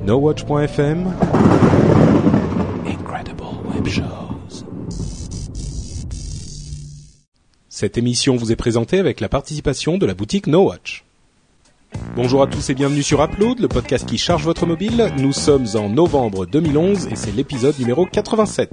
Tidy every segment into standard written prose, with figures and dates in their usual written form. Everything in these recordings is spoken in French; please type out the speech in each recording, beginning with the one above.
NoWatch.fm Incredible Web Shows. Cette émission vous est présentée avec la participation de la boutique NoWatch. Bonjour à tous et bienvenue sur Upload, le podcast qui charge votre mobile. Nous sommes en novembre 2011 et c'est l'épisode numéro 87.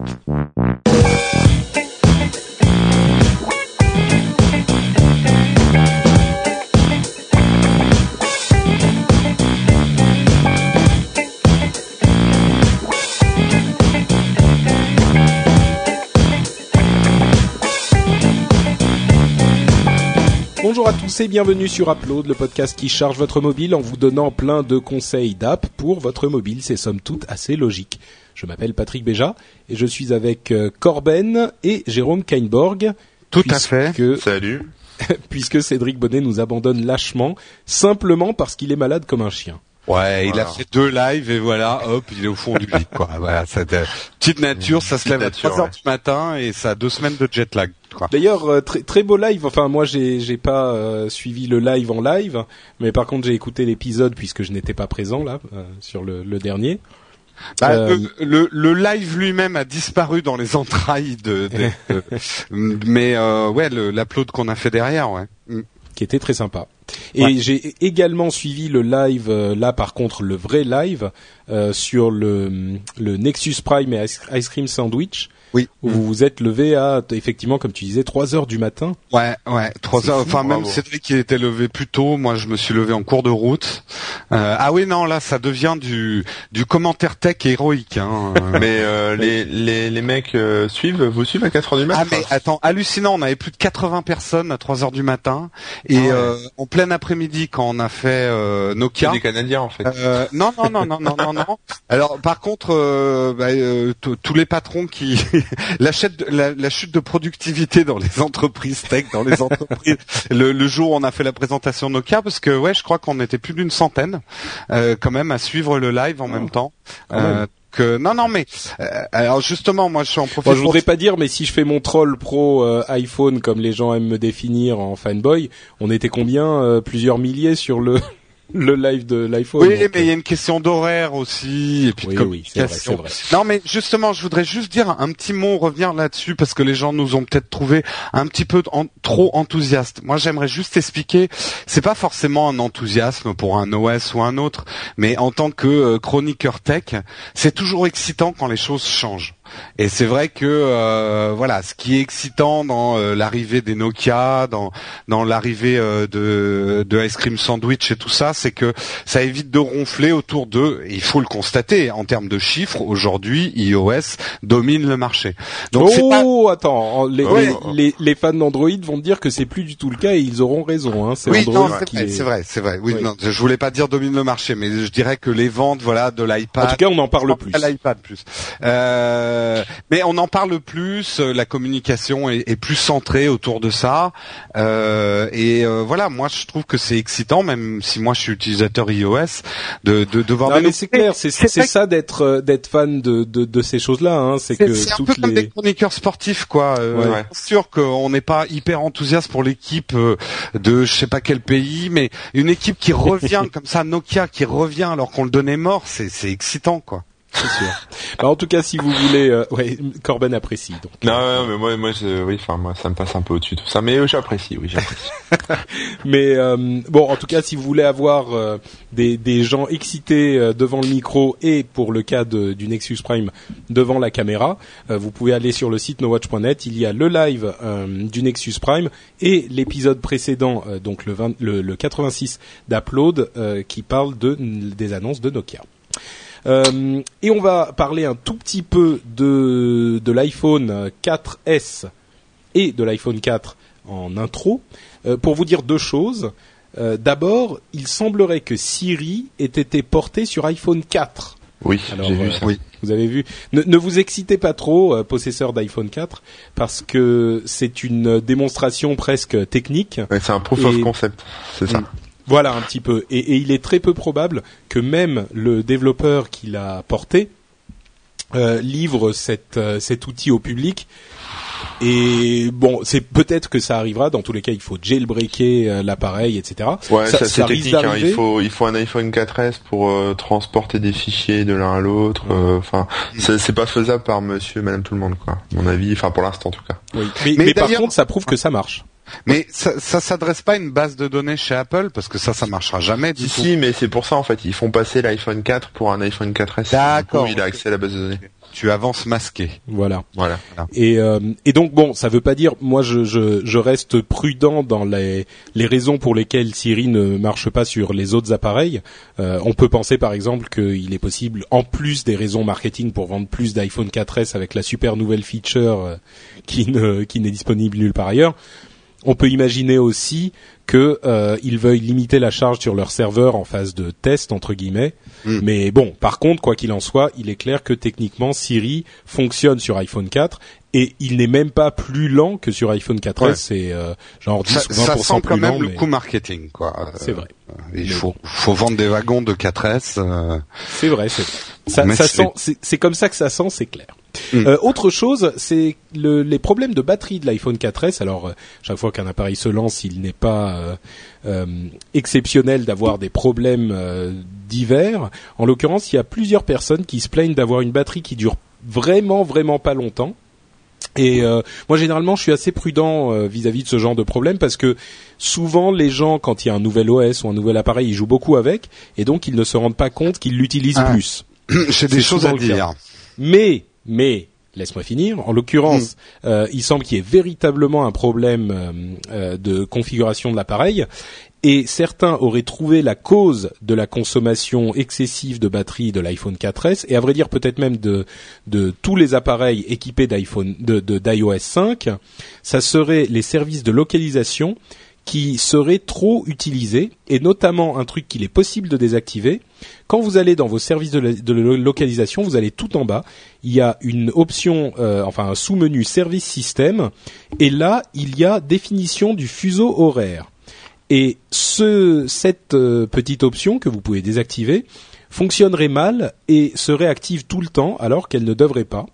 Bonjour à tous et bienvenue sur Upload, le podcast qui charge votre mobile en vous donnant plein de conseils d'app pour votre mobile. C'est somme toute assez logique. Je m'appelle Patrick Béja et je suis avec Corben et Jérôme Kainborg. Tout à fait. Salut. Puisque Cédric Bonnet nous abandonne lâchement, simplement parce qu'il est malade comme un chien. Ouais, il a fait 2 lives et voilà, hop, il est au fond du lit, quoi. Voilà, cette petite nature, ça se lève à 3h du matin et ça a 2 semaines de jet lag, quoi. D'ailleurs, très beau live. Enfin, moi, j'ai pas suivi le live en live, mais par contre, j'ai écouté l'épisode puisque je n'étais pas présent là sur le dernier. Le live lui-même a disparu dans les entrailles mais ouais, l'upload qu'on a fait derrière, ouais. Qui était très sympa. Et ouais. J'ai également suivi le live, là par contre le vrai live, sur le Nexus Prime et Ice Cream Sandwich. Oui. Où vous vous êtes levé à, effectivement, comme tu disais, 3h du matin. Ouais, 3h. Enfin, même Cédric qui était levé plus tôt. Moi, je me suis levé en cours de route. Ah oui, non, là, ça devient du commentaire tech héroïque, hein. Mais, les mecs, vous suivent à 4h du matin? Ah, mais attends, hallucinant. On avait plus de 80 personnes à 3h du matin. Et, en plein après-midi, quand on a fait, Nokia. C'est des Canadiens, en fait. Non. Alors, par contre, tous les patrons qui, la chute de productivité dans les entreprises tech, dans les entreprises, le jour où on a fait la présentation Nokia, parce que ouais, je crois qu'on était plus d'une centaine, quand même, à suivre le live en même temps. Non, mais alors justement, moi, je suis en profite. Bon, je voudrais pas dire, mais si je fais mon troll pro iPhone, comme les gens aiment me définir en fanboy, on était combien, plusieurs milliers sur le live de l'iPhone. Oui, mais il y a une question d'horaire aussi, et puis de communication. Oui, c'est vrai. Non, mais justement, je voudrais juste dire un petit mot, revenir là-dessus, parce que les gens nous ont peut-être trouvé un petit peu trop enthousiastes. Moi, j'aimerais juste expliquer, c'est pas forcément un enthousiasme pour un OS ou un autre, mais en tant que chroniqueur tech, c'est toujours excitant quand les choses changent. Et c'est vrai que voilà, ce qui est excitant dans l'arrivée des Nokia, dans l'arrivée de Ice Cream Sandwich et tout ça, c'est que ça évite de ronfler autour d'eux. Et il faut le constater, en termes de chiffres, aujourd'hui, iOS domine le marché. Donc attends, les fans d'Android vont dire que c'est plus du tout le cas et ils auront raison. Hein. C'est Android c'est vrai. Oui, non, je voulais pas dire domine le marché, mais je dirais que les ventes, voilà, de l'iPad. En tout cas, on en parle plus. L'iPad plus. Mais on en parle plus, la communication est plus centrée autour de ça. Voilà, moi je trouve que c'est excitant, même si moi je suis utilisateur iOS, de voir. Non, mais c'est clair, c'est ça d'être fan de ces choses-là. Hein. C'est que c'est un peu comme des chroniqueurs sportifs, quoi. C'est sûr qu'on n'est pas hyper enthousiaste pour l'équipe de je sais pas quel pays, mais une équipe qui revient comme ça, Nokia qui revient alors qu'on le donnait mort, c'est excitant, quoi. C'est sûr. En tout cas, si vous voulez, Corben apprécie. Donc. Non, mais moi, moi, ça me passe un peu au-dessus de tout ça, mais j'apprécie. Mais bon, en tout cas, si vous voulez avoir des gens excités devant le micro et pour le cas du Nexus Prime devant la caméra, vous pouvez aller sur le site nowatch.net. Il y a le live du Nexus Prime et l'épisode précédent, donc le 86 d'Upload, qui parle des annonces de Nokia. Et on va parler un tout petit peu de l'iPhone 4S et de l'iPhone 4 en intro, pour vous dire 2 choses. D'abord, il semblerait que Siri ait été porté sur iPhone 4. Oui, alors, j'ai vu ça. Oui. Vous avez vu. Ne vous excitez pas trop, possesseur d'iPhone 4, parce que c'est une démonstration presque technique. Ouais, c'est un proof of concept, c'est ça. Voilà, un petit peu. Et il est très peu probable que même le développeur qui l'a porté livre cet outil au public Et bon, c'est peut-être que ça arrivera. Dans tous les cas, il faut jailbreaker l'appareil, etc. Ouais, ça c'est risque technique. Hein. d'arriver. Il faut un iPhone 4S pour transporter des fichiers de l'un à l'autre. Enfin, c'est pas faisable par Monsieur, et Madame tout le monde, quoi. À mon avis, enfin pour l'instant en tout cas. Oui. Mais par contre, ça prouve que ça marche. Mais ça s'adresse pas à une base de données chez Apple parce que ça marchera jamais du tout. Si, mais c'est pour ça en fait. Ils font passer l'iPhone 4 pour un iPhone 4S. D'accord. Du coup, il a accès à la base de données. Tu avances masqué. Voilà. Et donc bon, ça veut pas dire. Moi, je reste prudent dans les raisons pour lesquelles Siri ne marche pas sur les autres appareils. On peut penser par exemple qu'il est possible, en plus des raisons marketing pour vendre plus d'iPhone 4S avec la super nouvelle feature qui n'est disponible nulle part ailleurs. On peut imaginer aussi que ils veuillent limiter la charge sur leur serveur en phase de test entre guillemets. Mais bon, par contre, quoi qu'il en soit, il est clair que techniquement Siri fonctionne sur iPhone 4 et il n'est même pas plus lent que sur iPhone 4S. Ouais. C'est genre 10 ou 20% ça sent quand même lent, le coup marketing, quoi. C'est vrai. Il faut vendre des wagons de 4S. C'est vrai. Ça sent. C'est comme ça que ça sent, c'est clair. Autre chose, c'est les problèmes de batterie de l'iPhone 4S. Alors, chaque fois qu'un appareil se lance, il n'est pas exceptionnel d'avoir des problèmes divers. En l'occurrence, il y a plusieurs personnes qui se plaignent d'avoir une batterie qui dure vraiment pas longtemps. Et moi, généralement, je suis assez prudent vis-à-vis de ce genre de problème parce que souvent, les gens, quand il y a un nouvel OS ou un nouvel appareil, ils jouent beaucoup avec et donc ils ne se rendent pas compte qu'ils l'utilisent plus. J'ai des choses à dire. Mais laisse-moi finir. En l'occurrence, il semble qu'il y ait véritablement un problème de configuration de l'appareil. Et certains auraient trouvé la cause de la consommation excessive de batterie de l'iPhone 4S et à vrai dire peut-être même de tous les appareils équipés d'iOS 5, ça serait les services de localisation qui seraient trop utilisés et notamment un truc qu'il est possible de désactiver. Quand vous allez dans vos services de localisation, vous allez tout en bas, il y a une option, un sous-menu service système et là il y a définition du fuseau horaire. Et cette petite option que vous pouvez désactiver fonctionnerait mal et serait active tout le temps alors qu'elle ne devrait pas.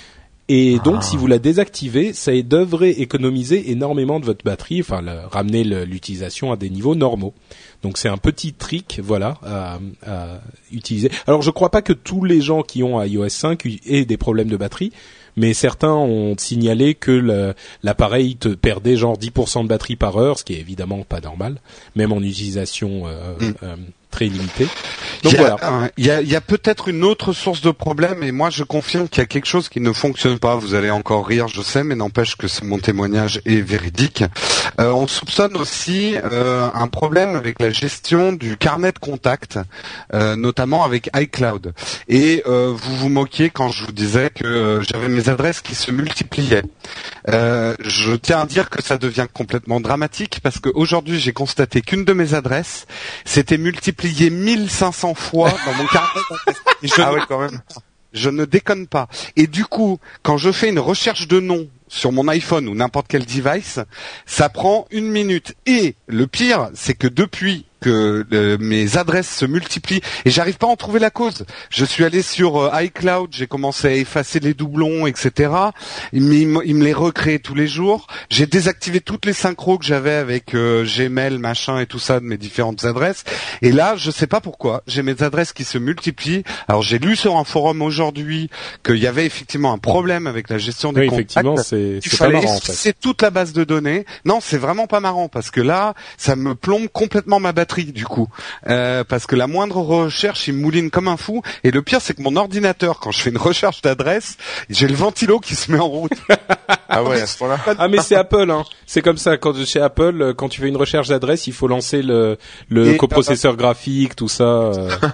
Et donc, si vous la désactivez, ça devrait économiser énormément de votre batterie, ramener l'utilisation à des niveaux normaux. Donc, c'est un petit trick, à utiliser. Alors, je crois pas que tous les gens qui ont iOS 5 aient des problèmes de batterie, mais certains ont signalé que l'appareil te perdait genre 10% de batterie par heure, ce qui est évidemment pas normal, même en utilisation très limitée. Donc il y a peut-être une autre source de problème, et moi je confirme qu'il y a quelque chose qui ne fonctionne pas. Vous allez encore rire, je sais, mais n'empêche que mon témoignage est véridique. On soupçonne aussi un problème avec la gestion du carnet de contact, notamment avec iCloud. Et vous vous moquiez quand je vous disais que j'avais mes adresses qui se multipliaient. Je tiens à dire que ça devient complètement dramatique parce qu'aujourd'hui j'ai constaté qu'une de mes adresses s'était multipliée 1500 fois dans mon carnet d'adresses. Quand même. Je ne déconne pas. Et du coup, quand je fais une recherche de nom sur mon iPhone ou n'importe quel device, ça prend 1 minute. Et le pire, c'est que depuis que mes adresses se multiplient et j'arrive pas à en trouver la cause. Je suis allé sur iCloud, j'ai commencé à effacer les doublons, etc. Il me les recrée tous les jours. J'ai désactivé toutes les synchros que j'avais avec Gmail, machin et tout ça de mes différentes adresses. Et là, je sais pas pourquoi, j'ai mes adresses qui se multiplient. Alors j'ai lu sur un forum aujourd'hui qu'il y avait effectivement un problème avec la gestion des contacts. Effectivement, c'est pas marrant en fait. C'est toute la base de données. Non, c'est vraiment pas marrant parce que là, ça me plombe complètement ma batterie du coup, parce que la moindre recherche il mouline comme un fou, et le pire c'est que mon ordinateur, quand je fais une recherche d'adresse, j'ai le ventilo qui se met en route. Ah ouais, à ce point-là. Ah mais c'est Apple, hein. C'est comme ça chez Apple, quand tu fais une recherche d'adresse, il faut lancer le coprocesseur graphique, tout ça.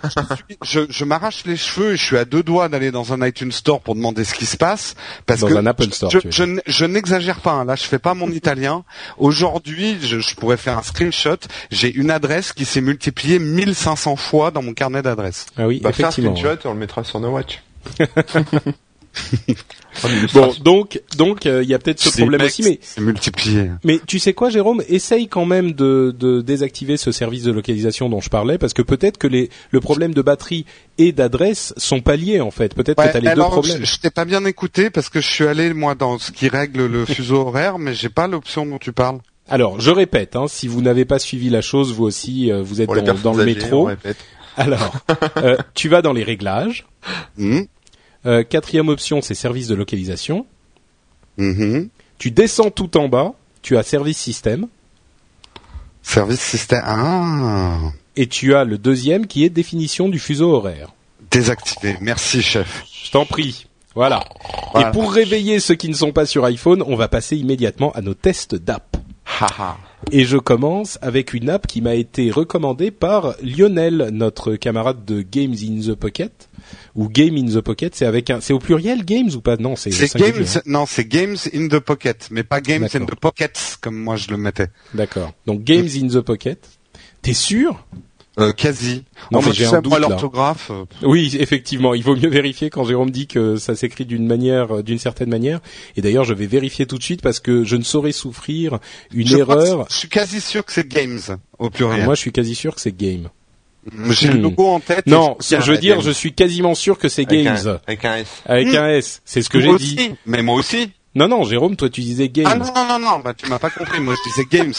Je m'arrache les cheveux et je suis à 2 doigts d'aller dans un iTunes Store pour demander ce qui se passe, parce dans que un Apple Store, je n'exagère pas, hein. Là je fais pas mon italien. Aujourd'hui, je pourrais faire un screenshot, j'ai une adresse qui s'est multipliée 1500 fois dans mon carnet d'adresses. Ah oui, effectivement. Faire un screenshot, on le mettra sur No Watch. Bon, donc il y a peut-être ce problème aussi, mais c'est multiplié. Mais tu sais quoi, Jérôme, essaye quand même de désactiver ce service de localisation dont je parlais, parce que peut-être que le problème de batterie et d'adresse sont pas liés en fait. Peut-être que tu as les deux problèmes. Je t'ai pas bien écouté parce que je suis allé moi dans ce qui règle le fuseau horaire, mais j'ai pas l'option dont tu parles. Alors, je répète, si vous n'avez pas suivi la chose, vous aussi, vous êtes dans le métro. Alors, tu vas dans les réglages. Quatrième option, c'est service de localisation. Tu descends tout en bas, tu as service système. Service système. Ah. Et tu as le deuxième qui est définition du fuseau horaire. Désactivé. Merci, chef. Je t'en prie. Voilà. Et pour réveiller ceux qui ne sont pas sur iPhone, on va passer immédiatement à nos tests d'app. Et je commence avec une app qui m'a été recommandée par Lionel, notre camarade de Games in the Pocket, ou Game in the Pocket. C'est au pluriel Games ou pas? Non, c'est Games. Non, c'est Games in the Pocket, mais pas Games in the Pockets comme moi je le mettais. D'accord. Donc Games in the Pocket. T'es sûr? Quasi. Non, mais j'ai un doute là. L'orthographe. Oui, effectivement, il vaut mieux vérifier quand Jérôme dit que ça s'écrit d'une certaine manière. Et d'ailleurs, je vais vérifier tout de suite parce que je ne saurais souffrir une erreur. Je suis quasi sûr que c'est Games au pluriel. Alors moi, je suis quasi sûr que c'est Game. J'ai le logo en tête. Non, je veux dire, je suis quasiment sûr que c'est Games. Avec un S. Avec un S. C'est ce que j'ai dit. Mais moi aussi. Non, Jérôme, toi tu disais Games. Ah non, bah tu m'as pas compris. Moi je disais Games.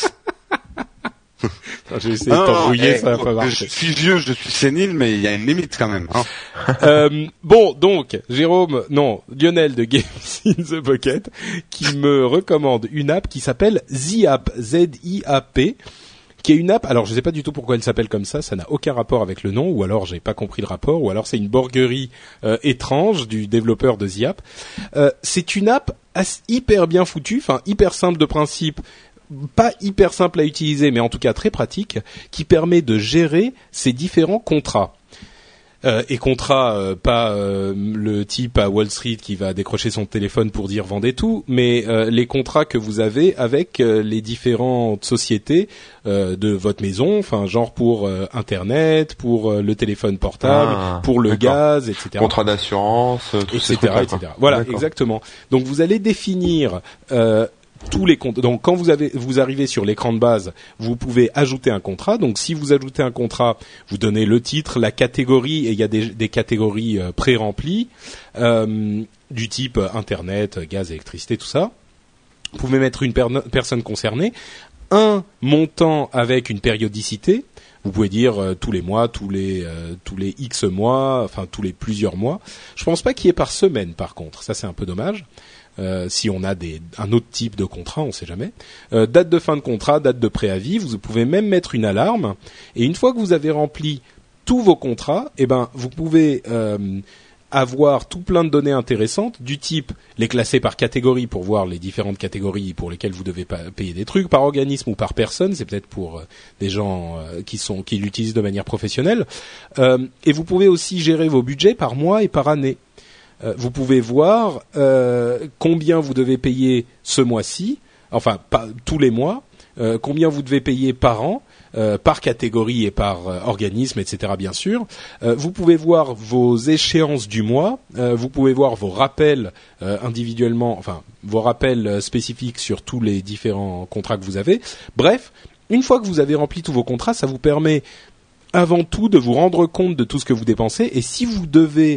J'ai essayé de t'embrouiller, ça va pas marcher. Je suis vieux, je suis sénile, mais il y a une limite quand même. Hein. Bon, donc, Lionel de Games in the Pocket, qui me recommande une app qui s'appelle ZIAP, Z-I-A-P, qui est une app, alors je sais pas du tout pourquoi elle s'appelle comme ça n'a aucun rapport avec le nom, ou alors j'ai pas compris le rapport, ou alors c'est une borguerie étrange du développeur de ZIAP. C'est une app hyper bien foutue, hyper simple de principe, pas hyper simple à utiliser, mais en tout cas très pratique, qui permet de gérer ces différents contrats. Et contrats, pas le type à Wall Street qui va décrocher son téléphone pour dire vendez tout, mais les contrats que vous avez avec les différentes sociétés de votre maison, genre pour Internet, pour le téléphone portable, pour le gaz, etc. Contrat d'assurance, tout etc., etc. Voilà, exactement. Donc vous allez définir tous les comptes. Donc quand vous arrivez sur l'écran de base, vous pouvez ajouter un contrat. Donc si vous ajoutez un contrat, vous donnez le titre, la catégorie, et il y a des catégories pré-remplies du type Internet, gaz, électricité, tout ça. Vous pouvez mettre une personne concernée, un montant avec une périodicité. Vous pouvez dire tous les mois, tous les X mois, tous les plusieurs mois. Je pense pas qu'il y ait par semaine, par contre. Ça, c'est un peu dommage. Si on a un autre type de contrat, on sait jamais. Date de fin de contrat, date de préavis. Vous pouvez même mettre une alarme. Et une fois que vous avez rempli tous vos contrats, vous pouvez avoir tout plein de données intéressantes du type les classer par catégorie pour voir les différentes catégories pour lesquelles vous devez payer des trucs, par organisme ou par personne. C'est peut-être pour des gens qui l'utilisent de manière professionnelle. Et vous pouvez aussi gérer vos budgets par mois et par année. Vous pouvez voir combien vous devez payer ce mois-ci, pas tous les mois, combien vous devez payer par an, par catégorie et par organisme, etc. bien sûr. Vous pouvez voir vos échéances du mois, vous pouvez voir vos rappels individuellement, vos rappels spécifiques sur tous les différents contrats que vous avez. Bref, une fois que vous avez rempli tous vos contrats, ça vous permet avant tout de vous rendre compte de tout ce que vous dépensez, et si vous devez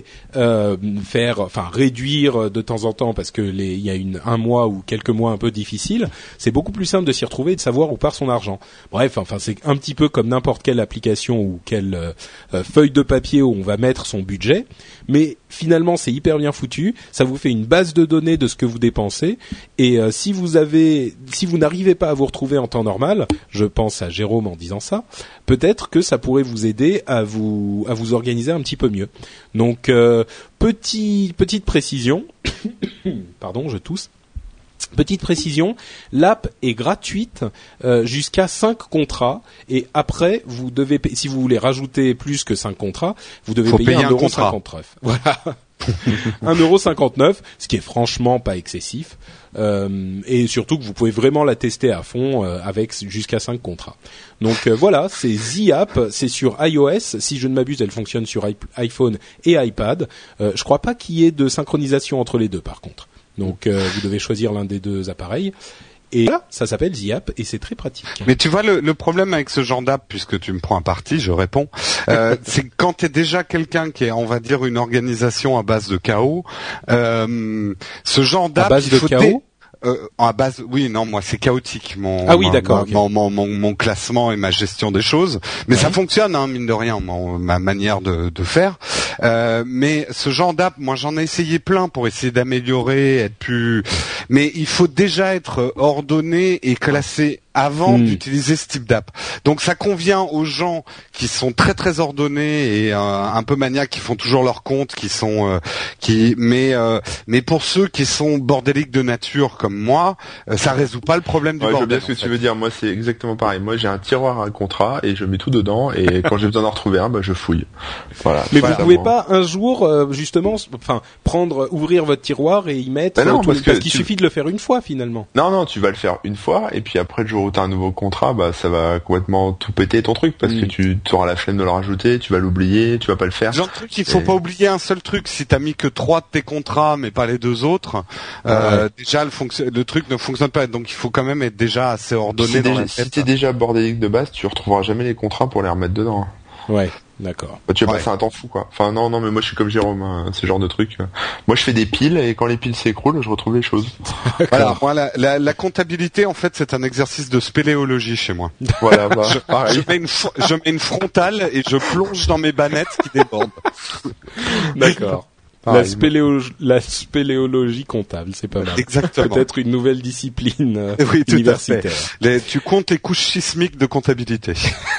réduire de temps en temps parce que il y a un mois ou quelques mois un peu difficiles, c'est beaucoup plus simple de s'y retrouver et de savoir où part son argent. Bref, c'est un petit peu comme n'importe quelle application ou quelle feuille de papier où on va mettre son budget, mais finalement c'est hyper bien foutu, ça vous fait une base de données de ce que vous dépensez, et si vous n'arrivez pas à vous retrouver en temps normal, je pense à Jérôme en disant ça, peut-être que ça pourrait vous aider à vous organiser un petit peu mieux. Donc petite précision, pardon, je tousse. Petite précision, l'app est gratuite jusqu'à 5 contrats, et après vous devez si vous voulez rajouter plus que 5 contrats, vous devez payer 1,59 €. Voilà. €1,59, ce qui est franchement pas excessif. Et surtout que vous pouvez vraiment la tester à fond avec jusqu'à 5 contrats. Donc voilà, c'est ZApp, c'est sur iOS. Si je ne m'abuse, elle fonctionne sur iPhone et iPad. Je crois pas qu'il y ait de synchronisation entre les deux par contre. Donc vous devez choisir l'un des deux appareils. Et là, ça s'appelle ZApp et c'est très pratique. Mais tu vois, le problème avec ce genre d'app, puisque tu me prends un parti, je réponds, c'est que quand t'es déjà quelqu'un qui est, on va dire, une organisation à base de chaos, ce genre d'app... À base de chaos à base, oui, non, moi c'est chaotique d'accord, mon classement et ma gestion des choses, mais ça fonctionne, hein, mine de rien, ma manière de faire. Mais ce genre d'app, moi j'en ai essayé plein pour essayer d'améliorer, être plus, mais il faut déjà être ordonné et classé avant d'utiliser ce type d'app. Donc ça convient aux gens qui sont très très ordonnés et un peu maniaques, qui font toujours leur compte, mais pour ceux qui sont bordéliques de nature comme moi, ça résout pas le problème du bordel. Je vois bien ce que tu veux dire. Moi c'est exactement pareil. Moi j'ai un tiroir à contrat et je mets tout dedans et quand j'ai besoin d'en retrouver un, je fouille. Voilà. Mais vous pouvez pas un jour justement, ouvrir votre tiroir et y mettre parce qu'il suffit de le faire une fois finalement. Non, tu vas le faire une fois et puis après le jour où t'as un nouveau contrat, ça va complètement tout péter ton truc parce que tu auras la flemme de le rajouter, tu vas l'oublier, tu vas pas le faire. Genre truc, il faut pas oublier un seul truc. Si t'as mis que 3 de tes contrats mais pas les 2 autres, déjà le truc ne fonctionne pas. Donc il faut quand même être déjà assez ordonné dans la tête. Si t'es déjà bordélique de base, tu retrouveras jamais les contrats pour les remettre dedans. Ouais. D'accord. Tu vas passer un temps fou, quoi. Enfin, non, mais moi, je suis comme Jérôme, hein, ce genre de truc. Moi, je fais des piles, et quand les piles s'écroulent, je retrouve les choses. Voilà, moi, la comptabilité, en fait, c'est un exercice de spéléologie chez moi. Voilà, je mets une frontale, et je plonge dans mes bannettes qui débordent. D'accord. La spéléologie comptable, c'est pas mal. Exactement. Peut-être une nouvelle discipline Tout universitaire. à fait. Tu comptes les couches sismiques de comptabilité.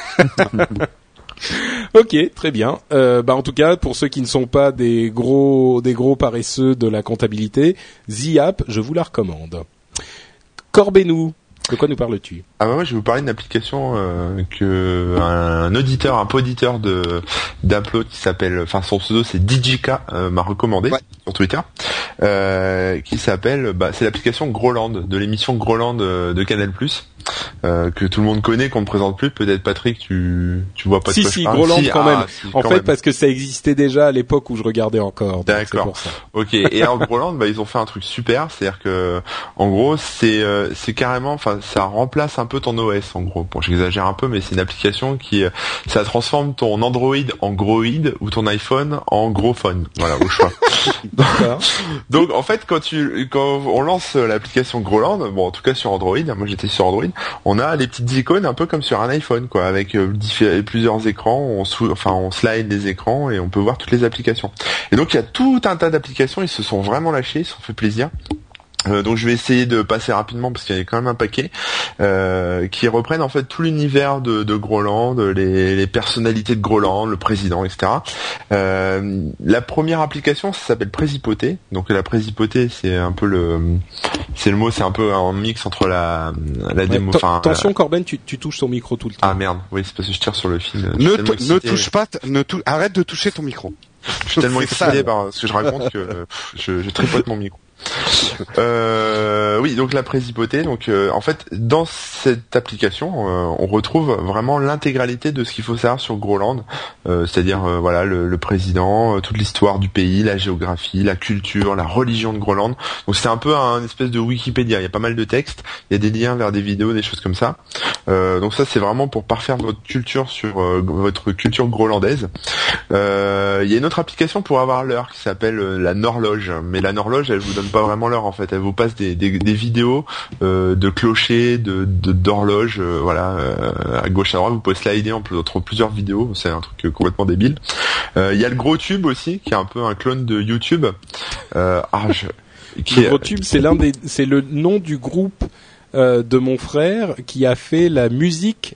Ok, très bien. En tout cas, pour ceux qui ne sont pas des gros paresseux de la comptabilité, ZApp, je vous la recommande. Corbez-nous. De quoi nous parles-tu ? Moi, je vais vous parler d'une application que un poditeur d'Upload qui s'appelle, son pseudo c'est Digika m'a recommandé sur Twitter, qui s'appelle, c'est l'application Groland de l'émission Groland de Canal+. Que tout le monde connaît, qu'on ne présente plus. Peut-être Patrick, tu vois pas de quoi je parle. Groland quand même. En fait, parce que ça existait déjà à l'époque où je regardais encore. D'accord. Ok. Et alors Groland, ils ont fait un truc super, c'est-à-dire que, en gros, c'est carrément, ça remplace un peu ton OS, en gros. Bon, j'exagère un peu, mais c'est une application ça transforme ton Android en Groid ou ton iPhone en Grophone. Voilà, au choix. Donc, en fait, quand on lance l'application Groland, en tout cas sur Android, moi j'étais sur Android, on a les petites icônes un peu comme sur un iPhone, quoi, avec plusieurs écrans, on slide les écrans et on peut voir toutes les applications. Et donc il y a tout un tas d'applications, ils se sont vraiment lâchés, ils se sont fait plaisir. Donc je vais essayer de passer rapidement parce qu'il y en a quand même un paquet qui reprennent en fait tout l'univers de Groland, les personnalités de Groland, le président, etc. La première application, ça s'appelle Présipoté. Donc la Présipoté, c'est un peu c'est un peu un mix entre la démo. Attention Corben, tu touches ton micro tout le temps. Ah merde, oui, c'est parce que je tire sur le fil. Arrête de toucher ton micro. Je suis tellement excité par ce que je raconte que je tripote mon micro. Oui, donc la Présipoté. Donc en fait, dans cette application, on retrouve vraiment l'intégralité de ce qu'il faut savoir sur Groland, c'est-à-dire le président, toute l'histoire du pays, la géographie, la culture, la religion de Groland. Donc c'est un peu un espèce de Wikipédia. Il y a pas mal de textes, il y a des liens vers des vidéos, des choses comme ça. Donc ça, c'est vraiment pour parfaire votre culture sur votre culture grolandaise. Il y a une autre application pour avoir l'heure qui s'appelle la Norloge, mais la Norloge, elle vous donne pas vraiment l'heure en fait, elle vous passe des vidéos de clochers, d'horloges, à gauche à droite, vous pouvez slider entre plusieurs vidéos, c'est un truc complètement débile. Il y a le GrowTube aussi, qui est un peu un clone de YouTube. Le GrowTube, c'est le nom du groupe de mon frère qui a fait la musique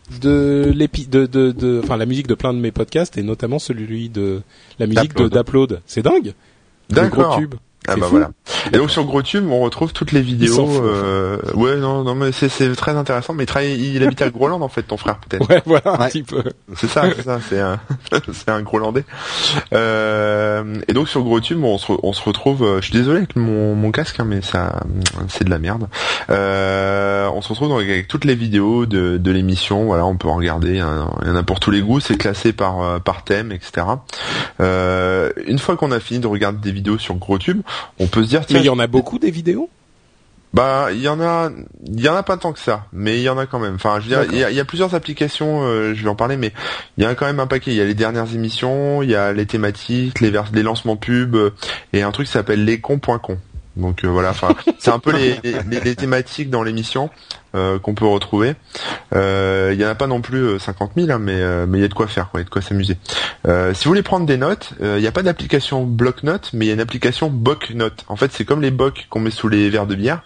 la musique de plein de mes podcasts et notamment celui de la musique d'Upload. C'est dingue. D'accord. Le GrowTube. Ah voilà. Et donc sur GrowTube, on retrouve toutes les vidéos. Ouais, non, mais c'est très intéressant. Mais il habite à Groland en fait, ton frère peut-être. Ouais, voilà un petit peu. C'est ça, c'est un Grolandais. Et donc sur GrowTube, on se retrouve. Je suis désolé avec mon casque, hein, mais ça, c'est de la merde. On se retrouve donc avec toutes les vidéos de l'émission. Voilà, on peut en regarder. Il y en a pour tous les goûts. C'est classé par thème, etc. Une fois qu'on a fini de regarder des vidéos sur GrowTube, on peut se dire tiens, mais il y en a beaucoup des vidéos. Bah, il y en a pas tant que ça, mais il y en a quand même. Enfin, je veux dire, il y a plusieurs applications, je vais en parler, mais il y en a quand même un paquet. Il y a les dernières émissions, il y a les thématiques, les lancements pub, et un truc qui s'appelle lescons.com. Donc voilà, enfin, c'est un peu les thématiques dans l'émission qu'on peut retrouver. Il y en a pas non plus 50 000, hein, mais il y a de quoi faire, quoi, il y a de quoi s'amuser. Si vous voulez prendre des notes, il n'y a pas d'application bloc-notes, mais il y a une application boc-notes. En fait, c'est comme les bocs qu'on met sous les verres de bière,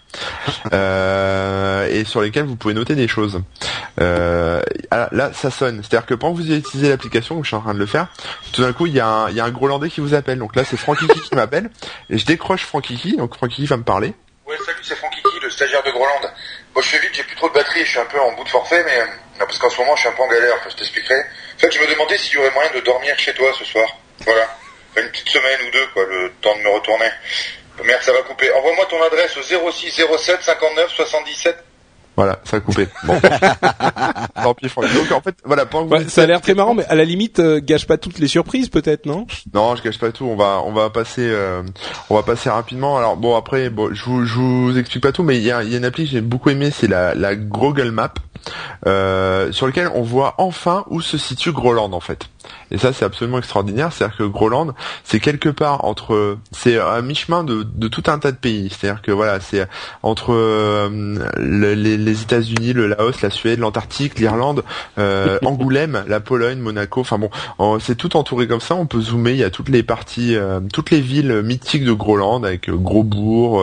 et sur lesquels vous pouvez noter des choses. Là, ça sonne. C'est-à-dire que pendant que vous utilisez l'application, comme je suis en train de le faire, tout d'un coup, il y a un Grolandais qui vous appelle. Donc là, c'est Frankiki qui m'appelle, et je décroche Frankiki. Donc Frankiki va me parler. Ouais, salut, c'est Frankiki, le stagiaire de Groland. Bon, je fais vite, j'ai plus trop de batterie, je suis un peu en bout de forfait, mais parce qu'en ce moment, je suis un peu en galère. Enfin, je t'expliquerai. En fait, je me demandais s'il y aurait moyen de dormir chez toi ce soir. Voilà, une petite semaine ou deux, quoi, le temps de me retourner. Merde, ça va couper. Envoie-moi ton adresse au 06 07 59 77. Voilà, ça a coupé. Bon. Tant pis, donc en fait, voilà, ça a l'air très marrant, mais à la limite, gâche pas toutes les surprises, peut-être, non? Non, je gâche pas tout. On va passer rapidement. Alors bon, après, je vous explique pas tout, mais il y a une appli que j'ai beaucoup aimé, c'est la Google Map, sur lequel on voit enfin où se situe Groland en fait. Et ça, c'est absolument extraordinaire. C'est-à-dire que Groland, c'est quelque part c'est à mi-chemin de tout un tas de pays. C'est-à-dire que voilà, c'est entre les États-Unis, le Laos, la Suède, l'Antarctique, l'Irlande, Angoulême, la Pologne, Monaco. Enfin bon, c'est tout entouré comme ça. On peut zoomer. Il y a toutes les parties, toutes les villes mythiques de Groland avec Grosbourg,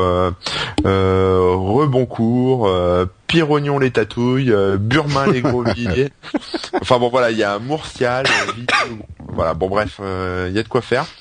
Reboncourt, Pirognon les Tatouilles, Burma les Grosvilliers. Enfin bon voilà, il y a Moursial, voilà, bon bref, il y a de quoi faire.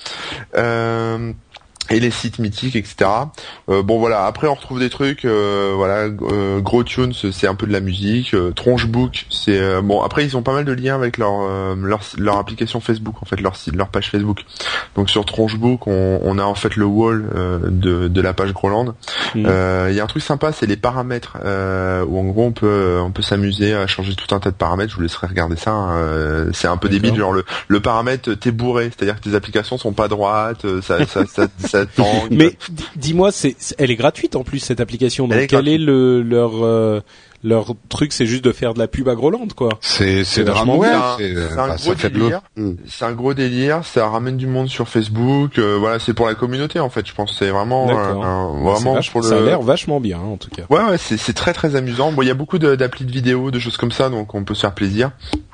Et les sites mythiques, etc. Bon voilà, après on retrouve des trucs, voilà, GrowTunes, c'est un peu de la musique, Tronchebook, c'est bon. Après ils ont pas mal de liens avec leur application Facebook, en fait, leur page Facebook. Donc sur Tronchebook, on a en fait le wall de la page Groland. Il y a un truc sympa, c'est les paramètres, où en gros on peut s'amuser à changer tout un tas de paramètres. Je vous laisserai regarder ça. Hein. C'est un peu débile, genre le paramètre t'es bourré, c'est-à-dire que tes applications sont pas droites, ça mais dis-moi, elle est gratuite en plus cette application. Donc quel est leur truc, c'est juste de faire de la pub à Groland, quoi. C'est vachement bien. C'est un gros délire. Ça ramène du monde sur Facebook. Voilà, c'est pour la communauté en fait. Je pense que c'est vraiment ça a l'air vachement bien en tout cas. Ouais, c'est très très amusant. Bon, il y a beaucoup d'applis de vidéos, de choses comme ça, donc on peut se faire plaisir.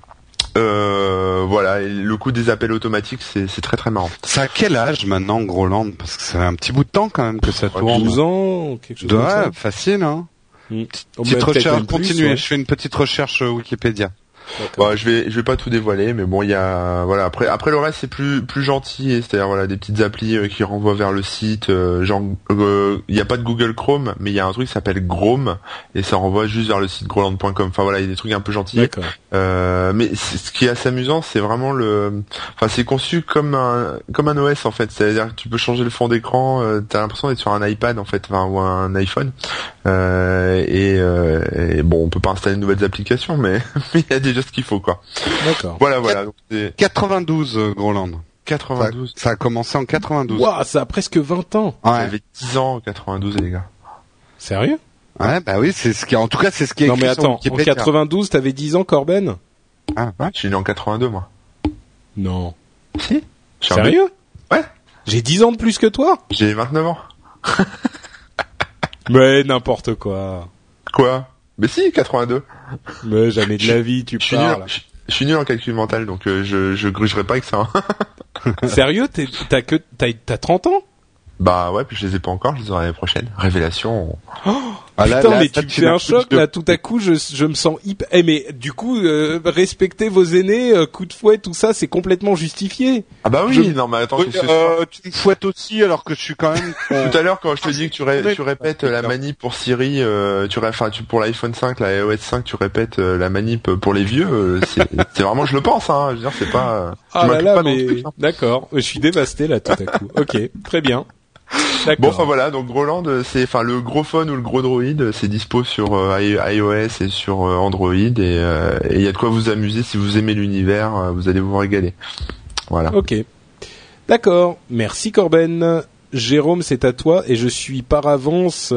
Voilà, et le coup des appels automatiques, c'est très très marrant. Ça a quel âge maintenant, Groland? Parce que ça fait un petit bout de temps quand même que ça tourne. 12 ans, quelque chose comme ça. Ouais, facile, hein. Petite recherche, continuez, je fais une petite recherche Wikipédia. Bah, je vais pas tout dévoiler, mais bon, il y a voilà, après le reste c'est plus gentil, c'est-à-dire voilà, des petites applis qui renvoient vers le site, genre il y a pas de Google Chrome, mais il y a un truc qui s'appelle Chrome et ça renvoie juste vers le site groland.com. Enfin voilà, il y a des trucs un peu gentils. Mais ce qui est assez amusant, c'est vraiment c'est conçu comme un OS en fait, c'est-à-dire que tu peux changer le fond d'écran, t'as l'impression d'être sur un iPad en fait, ou un iPhone. Et bon, on peut pas installer de nouvelles applications, mais il y a déjà ce qu'il faut, quoi. D'accord. Voilà. Donc, 92, Groland. 92. Ça a commencé en 92. Waouh, ça a presque 20 ans. Ouais. J'avais 10 ans en 92, les gars. Sérieux? Ouais, bah oui, en tout cas, c'est ce qui est écrit. Non, mais attends, en 92, t'avais 10 ans, Corben? Ah, ouais, je suis né en 82, moi. Non. Si? Sérieux? Ouais. J'ai 10 ans de plus que toi? J'ai 29 ans. Mais n'importe quoi. Quoi? Mais si, 82. Mais jamais de la vie, tu parles. Je suis nul en calcul mental, donc je grugerai pas avec ça. Sérieux? T'as 30 ans? Bah ouais, puis je les ai pas encore, je les aurai l'année prochaine. Révélation. Oh, Putain, mais tu me fais un choc là. Tout à coup, je me sens hyper. Mais du coup, respectez vos aînés, coup de fouet, tout ça, c'est complètement justifié. Ah bah oui, non mais attends. Tu me fouettes aussi alors que je suis quand même. Tout à l'heure, quand je te dis que tu répètes la manip pour Siri, pour l'iPhone 5, la iOS 5, tu répètes la manip pour les vieux. C'est vraiment, je le pense. Hein. Je veux dire, c'est pas. Ah là là, mais d'accord. Je suis dévasté là tout à coup. Ok, très bien. D'accord. Bon, enfin voilà, donc Groland, le gros phone ou le gros droïde, c'est dispo sur iOS et sur Android, et il y a de quoi vous amuser si vous aimez l'univers, vous allez vous régaler. Voilà. Ok. D'accord. Merci Corben. Jérôme, c'est à toi, et je suis par avance,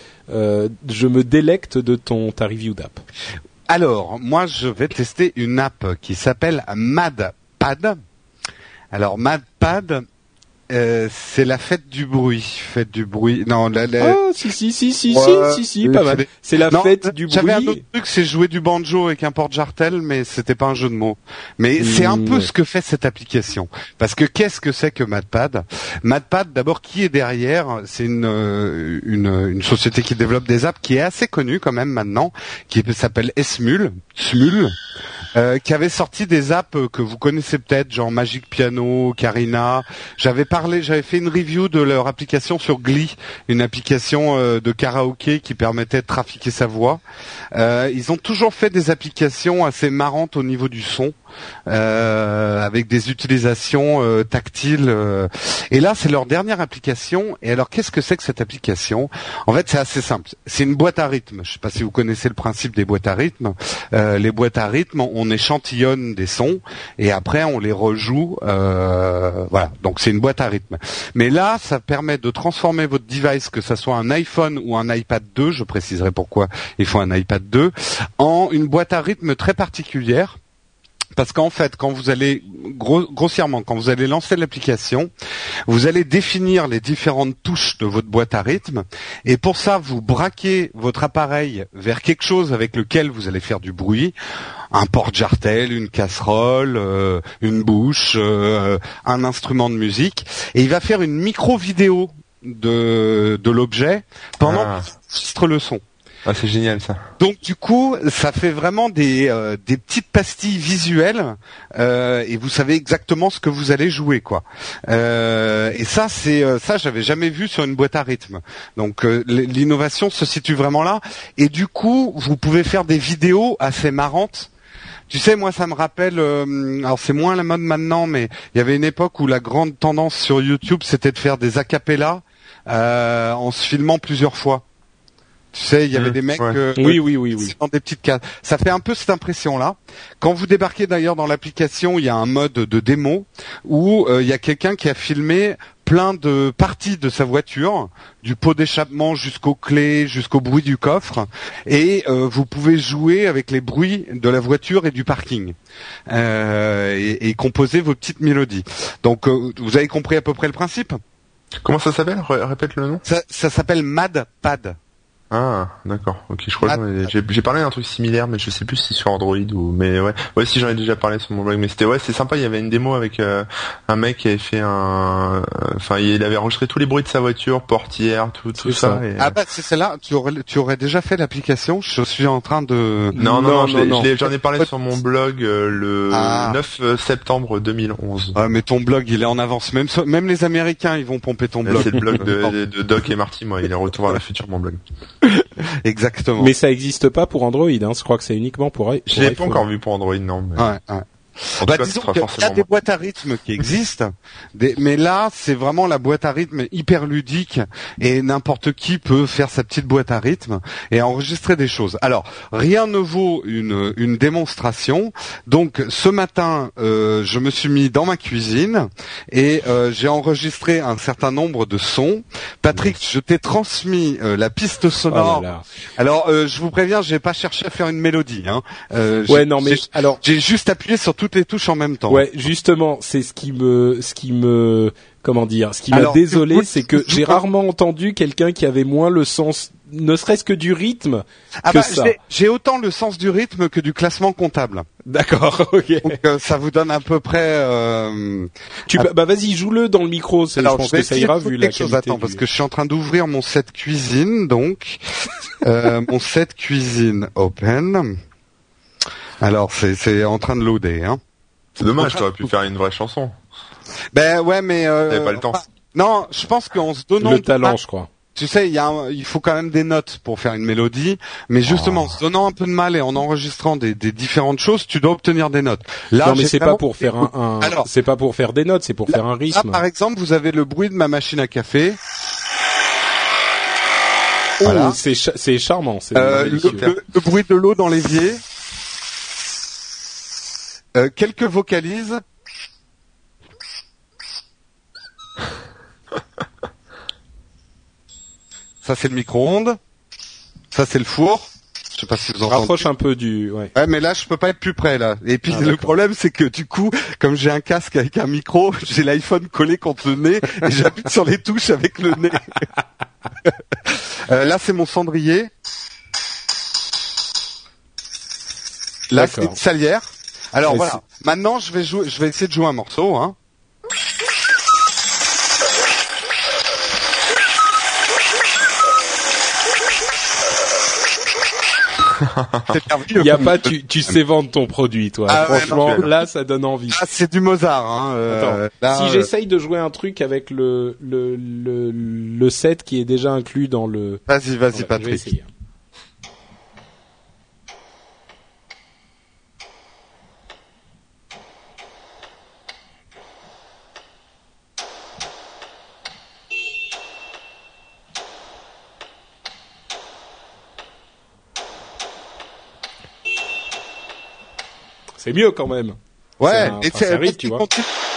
je me délecte de ta review d'app. Alors, moi, je vais tester une app qui s'appelle MadPad. Alors, MadPad, c'est la fête du bruit. Non, Ah, si, pas mal. C'est la fête du bruit. J'avais un autre truc, c'est jouer du banjo avec un porte-jartel, mais c'était pas un jeu de mots. Mais c'est un peu ce que fait cette application. Parce que qu'est-ce que c'est que MadPad? MadPad, d'abord, qui est derrière? C'est une société qui développe des apps qui est assez connue quand même maintenant, qui s'appelle Smule, qui avait sorti des apps que vous connaissez peut-être, genre Magic Piano, Karina. J'avais fait une review de leur application sur Glee, une application de karaoké qui permettait de trafiquer sa voix. Ils ont toujours fait des applications assez marrantes au niveau du son, avec des utilisations tactiles. Et là, c'est leur dernière application. Et alors, qu'est-ce que c'est que cette application? En fait, c'est assez simple. C'est une boîte à rythme. Je ne sais pas si vous connaissez le principe des boîtes à rythme. Les boîtes à rythme, on échantillonne des sons et après on les rejoue. Voilà. Donc c'est une boîte à rythme. Mais là, ça permet de transformer votre device, que ça soit un iPhone ou un iPad 2, je préciserai pourquoi il faut un iPad 2, en une boîte à rythme très particulière. Parce qu'en fait, quand vous allez grossièrement, quand vous allez lancer l'application, vous allez définir les différentes touches de votre boîte à rythme, et pour ça, vous braquez votre appareil vers quelque chose avec lequel vous allez faire du bruit, un porte-jartel, une casserole, une bouche, un instrument de musique, et il va faire une micro-vidéo de l'objet pendant qu'il enregistre le son. Ah, c'est génial ça. Donc du coup, ça fait vraiment des petites pastilles visuelles et vous savez exactement ce que vous allez jouer, quoi. Et ça, j'avais jamais vu sur une boîte à rythme. Donc l'innovation se situe vraiment là. Et du coup, vous pouvez faire des vidéos assez marrantes. Tu sais, moi, ça me rappelle. Alors, c'est moins la mode maintenant, mais il y avait une époque où la grande tendance sur YouTube, c'était de faire des acapellas en se filmant plusieurs fois. Tu sais, il y avait des mecs oui. dans des petites cases. Ça fait un peu cette impression-là. Quand vous débarquez d'ailleurs dans l'application, il y a un mode de démo où il y a quelqu'un qui a filmé plein de parties de sa voiture, du pot d'échappement jusqu'aux clés, jusqu'au bruit du coffre, et vous pouvez jouer avec les bruits de la voiture et du parking, et composer vos petites mélodies. Donc, vous avez compris à peu près le principe? Comment ça s'appelle? Répète le nom. Ça s'appelle MadPad. Ah, d'accord. Ok, je crois que j'ai parlé d'un truc similaire, mais je sais plus si c'est sur Android ou, mais ouais, si j'en ai déjà parlé sur mon blog, mais c'est sympa. Il y avait une démo avec un mec qui avait fait il avait enregistré tous les bruits de sa voiture, portière, tout ça. Et... Ah bah c'est celle-là. Tu aurais déjà fait l'application. Je suis en train de. Non. J'en ai parlé sur mon blog le 9 septembre 2011. Ah, mais ton blog, il est en avance. Même les Américains, ils vont pomper ton blog. C'est le blog de Doc et Marty, moi. Il est retour vers la future, mon blog. Exactement. Mais ça existe pas pour Android, hein. Je crois que c'est uniquement pour iPhone. Je l'ai pas encore vu pour Android, non. Mais... Ouais. Disons qu'il y a des boîtes à rythme qui existent, mais là, c'est vraiment la boîte à rythme hyper ludique et n'importe qui peut faire sa petite boîte à rythme et enregistrer des choses. Alors, rien ne vaut une démonstration. Donc, ce matin, je me suis mis dans ma cuisine et j'ai enregistré un certain nombre de sons. Patrick, je t'ai transmis la piste sonore. Oh là là. Alors, je vous préviens, j'ai pas cherché à faire une mélodie. Hein. J'ai juste appuyé sur toutes les touches en même temps. Ouais, justement, c'est ce qui me comment dire, ce qui m'a désolé, c'est que j'ai rarement entendu quelqu'un qui avait moins le sens, ne serait-ce que du rythme, que ça. J'ai autant le sens du rythme que du classement comptable. D'accord, ok. Donc, ça vous donne à peu près. Vas-y, joue-le dans le micro. Je pense que ça ira vu la qualité. Attends, parce que je suis en train d'ouvrir mon set cuisine, donc. Mon set cuisine open. Alors c'est en train de loader, hein. C'est dommage, t'aurais pu faire une vraie chanson. Ben ouais, mais T'avais pas le temps. Non, je pense qu'en se donnant Le talent, je crois. Tu sais, il faut quand même des notes pour faire une mélodie, mais justement, en se donnant un peu de mal et en enregistrant des différentes choses, tu dois obtenir des notes. Là, non, mais c'est pas pour faire Alors, c'est pas pour faire des notes, c'est pour faire un rythme. Là, par exemple, vous avez le bruit de ma machine à café. Oh, voilà. C'est charmant. C'est le bruit de l'eau dans l'évier. Quelques vocalises. Ça c'est le micro-ondes. Ça c'est le four. Je sais pas si vous entendez. Rapproche un peu du. Ouais. Ouais, mais là je peux pas être plus près là. Et puis le problème c'est que du coup, comme j'ai un casque avec un micro, j'ai l'iPhone collé contre le nez et j'appuie sur les touches avec le nez. Là c'est mon cendrier. Là c'est une salière. Alors voilà. Maintenant je vais essayer de jouer un morceau, hein. Il y a pas, tu sais vendre ton produit, toi. Ah, franchement, ouais, là, ça donne envie. Ah, c'est du Mozart, hein. Si j'essaye de jouer un truc avec le set qui est déjà inclus dans le. Vas-y, Patrick. Je vais essayer. C'est mieux quand même. Ouais, et ça arrive, tu vois.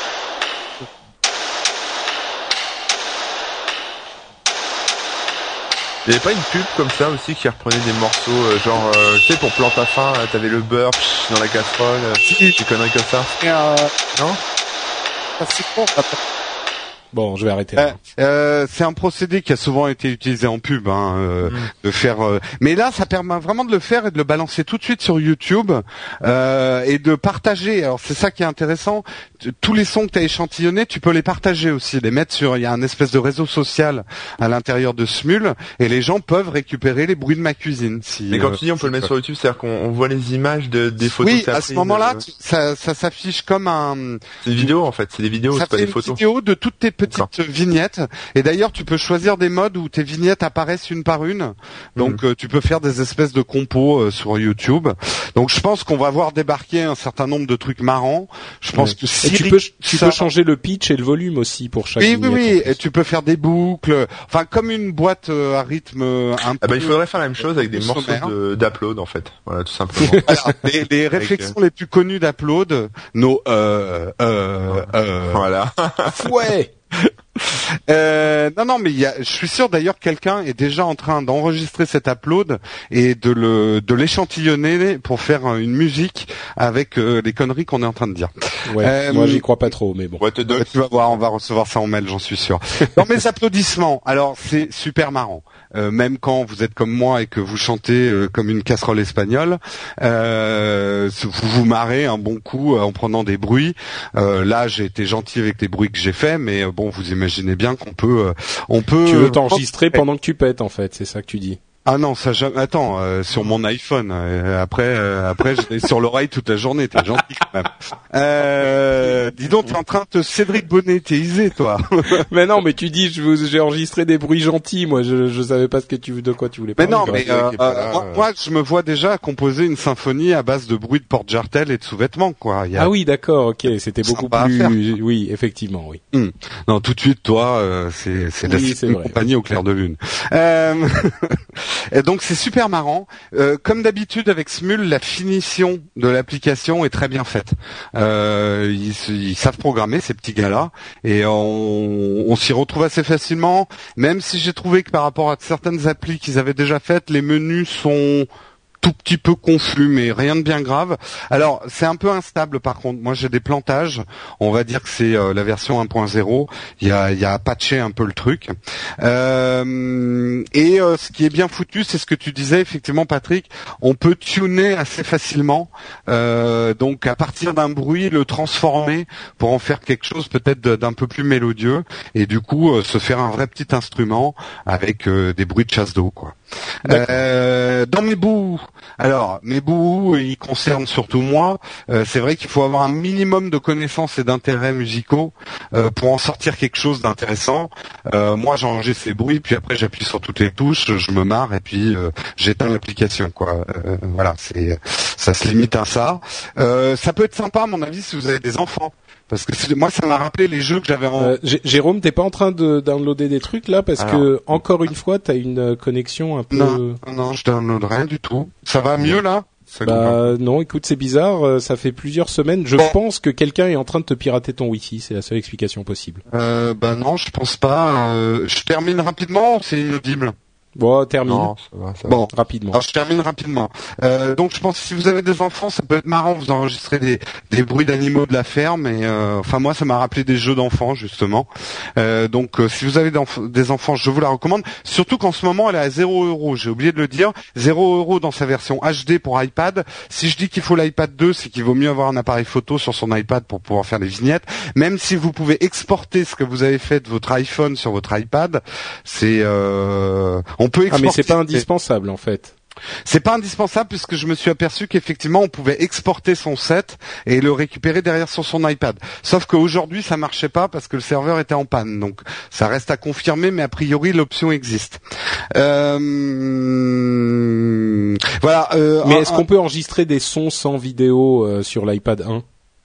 Il y avait pas une pub comme ça aussi qui reprenait des morceaux genre tu sais pour Plante à faim, t'avais le beurre dans la casserole, des conneries comme ça. Non. C'est con. Bon, je vais arrêter là. C'est un procédé qui a souvent été utilisé en pub, hein, de faire. Mais là, ça permet vraiment de le faire et de le balancer tout de suite sur YouTube et de partager. Alors c'est ça qui est intéressant. Tous les sons que tu as échantillonnés, tu peux les partager aussi, les mettre sur. Il y a un espèce de réseau social à l'intérieur de Smule et les gens peuvent récupérer les bruits de ma cuisine. Si, mais quand tu dis on peut le mettre sur YouTube, c'est-à-dire qu'on voit les images des photos. Oui, à ce moment-là, ça s'affiche comme un. C'est une vidéo en fait, c'est des vidéos, c'est pas des photos. C'est une vidéo de toutes tes petites vignettes. Et d'ailleurs, tu peux choisir des modes où tes vignettes apparaissent une par une. Donc, tu peux faire des espèces de compos sur YouTube. Donc, je pense qu'on va voir débarquer un certain nombre de trucs marrants. Je pense que si tu peux changer le pitch et le volume aussi pour chaque vignette. Oui. Et tu peux faire des boucles. Enfin, comme une boîte à rythme un peu. Il faudrait faire la même chose avec des morceaux d'Upload en fait. Voilà, tout simplement. Alors, les réflexions les plus connues d'Upload, voilà. Ouais. Non, mais je suis sûr d'ailleurs quelqu'un est déjà en train d'enregistrer cet upload et de l'échantillonner pour faire une musique avec les conneries qu'on est en train de dire. Ouais, moi j'y crois pas trop, mais bon. Ouais, tu vas voir, on va recevoir ça en mail, j'en suis sûr. Dans mes applaudissements, alors c'est super marrant. Même quand vous êtes comme moi et que vous chantez comme une casserole espagnole, vous vous marrez un bon coup en prenant des bruits. Là, j'ai été gentil avec les bruits que j'ai faits, mais bon, vous imaginez bien qu'on peut, Tu veux t'enregistrer pendant que tu pètes, en fait, c'est ça que tu dis. Ah non, ça jamais. Attends, sur mon iPhone. Après, je l'ai sur l'oreille toute la journée. T'es gentil quand même. Dis donc, t'es en train de te Cédric Bonnet-théiser, toi. Mais non, mais tu dis, j'ai enregistré des bruits gentils. Moi, je savais pas de quoi tu voulais parler. Mais non, mais moi, je me vois déjà composer une symphonie à base de bruits de porte-jartel et de sous-vêtements, quoi. Ah oui, d'accord, ok. C'était beaucoup plus. Oui, effectivement, oui. Non, tout de suite, toi, c'est la compagnie au clair de lune. Et donc c'est super marrant. Comme d'habitude avec Smule, la finition de l'application est très bien faite. Ils savent programmer ces petits gars-là et on s'y retrouve assez facilement. Même si j'ai trouvé que par rapport à certaines applis qu'ils avaient déjà faites, les menus sont tout petit peu confus, mais rien de bien grave. Alors, c'est un peu instable par contre. Moi, j'ai des plantages. On va dire que c'est la version 1.0. Il y a patché un peu le truc. Ce qui est bien foutu, c'est ce que tu disais, effectivement, Patrick. On peut tuner assez facilement. Donc, à partir d'un bruit, le transformer pour en faire quelque chose peut-être d'un peu plus mélodieux. Et du coup, se faire un vrai petit instrument avec des bruits de chasse d'eau, quoi. Dans mes bouts, alors mes bouts, ils concernent surtout moi. C'est vrai qu'il faut avoir un minimum de connaissances et d'intérêts musicaux pour en sortir quelque chose d'intéressant. Moi, j'enregistre ces bruits, puis après j'appuie sur toutes les touches, je me marre et puis j'éteins l'application, quoi. Voilà, ça se limite à ça. Ça peut être sympa, à mon avis, si vous avez des enfants. Parce que moi, ça m'a rappelé les jeux que j'avais en... Jérôme, t'es pas en train de downloader des trucs là parce que encore une fois, t'as une connexion un peu. Non, je download rien du tout. Ça va mieux là? Non, écoute, c'est bizarre. Ça fait plusieurs semaines. Je pense que quelqu'un est en train de te pirater ton Wi-Fi. C'est la seule explication possible. Non, je pense pas. Je termine rapidement. C'est inaudible. Bon, termine. Non, ça va. Bon, rapidement. Alors, je termine rapidement. Donc, je pense que si vous avez des enfants, ça peut être marrant. Vous enregistrez des bruits d'animaux de la ferme. Et enfin, moi, ça m'a rappelé des jeux d'enfants, justement. Donc, si vous avez des enfants, je vous la recommande. Surtout qu'en ce moment, elle est à 0€. J'ai oublié de le dire. 0€ dans sa version HD pour iPad. Si je dis qu'il faut l'iPad 2, c'est qu'il vaut mieux avoir un appareil photo sur son iPad pour pouvoir faire des vignettes. Même si vous pouvez exporter ce que vous avez fait de votre iPhone sur votre iPad, c'est on peut exporter. Ah, mais c'est pas indispensable en fait. C'est pas indispensable puisque je me suis aperçu qu'effectivement on pouvait exporter son set et le récupérer derrière sur son iPad. Sauf qu'aujourd'hui ça marchait pas parce que le serveur était en panne. Donc ça reste à confirmer, mais a priori l'option existe. Voilà. Mais est-ce qu'on peut enregistrer des sons sans vidéo sur l'iPad 1 ?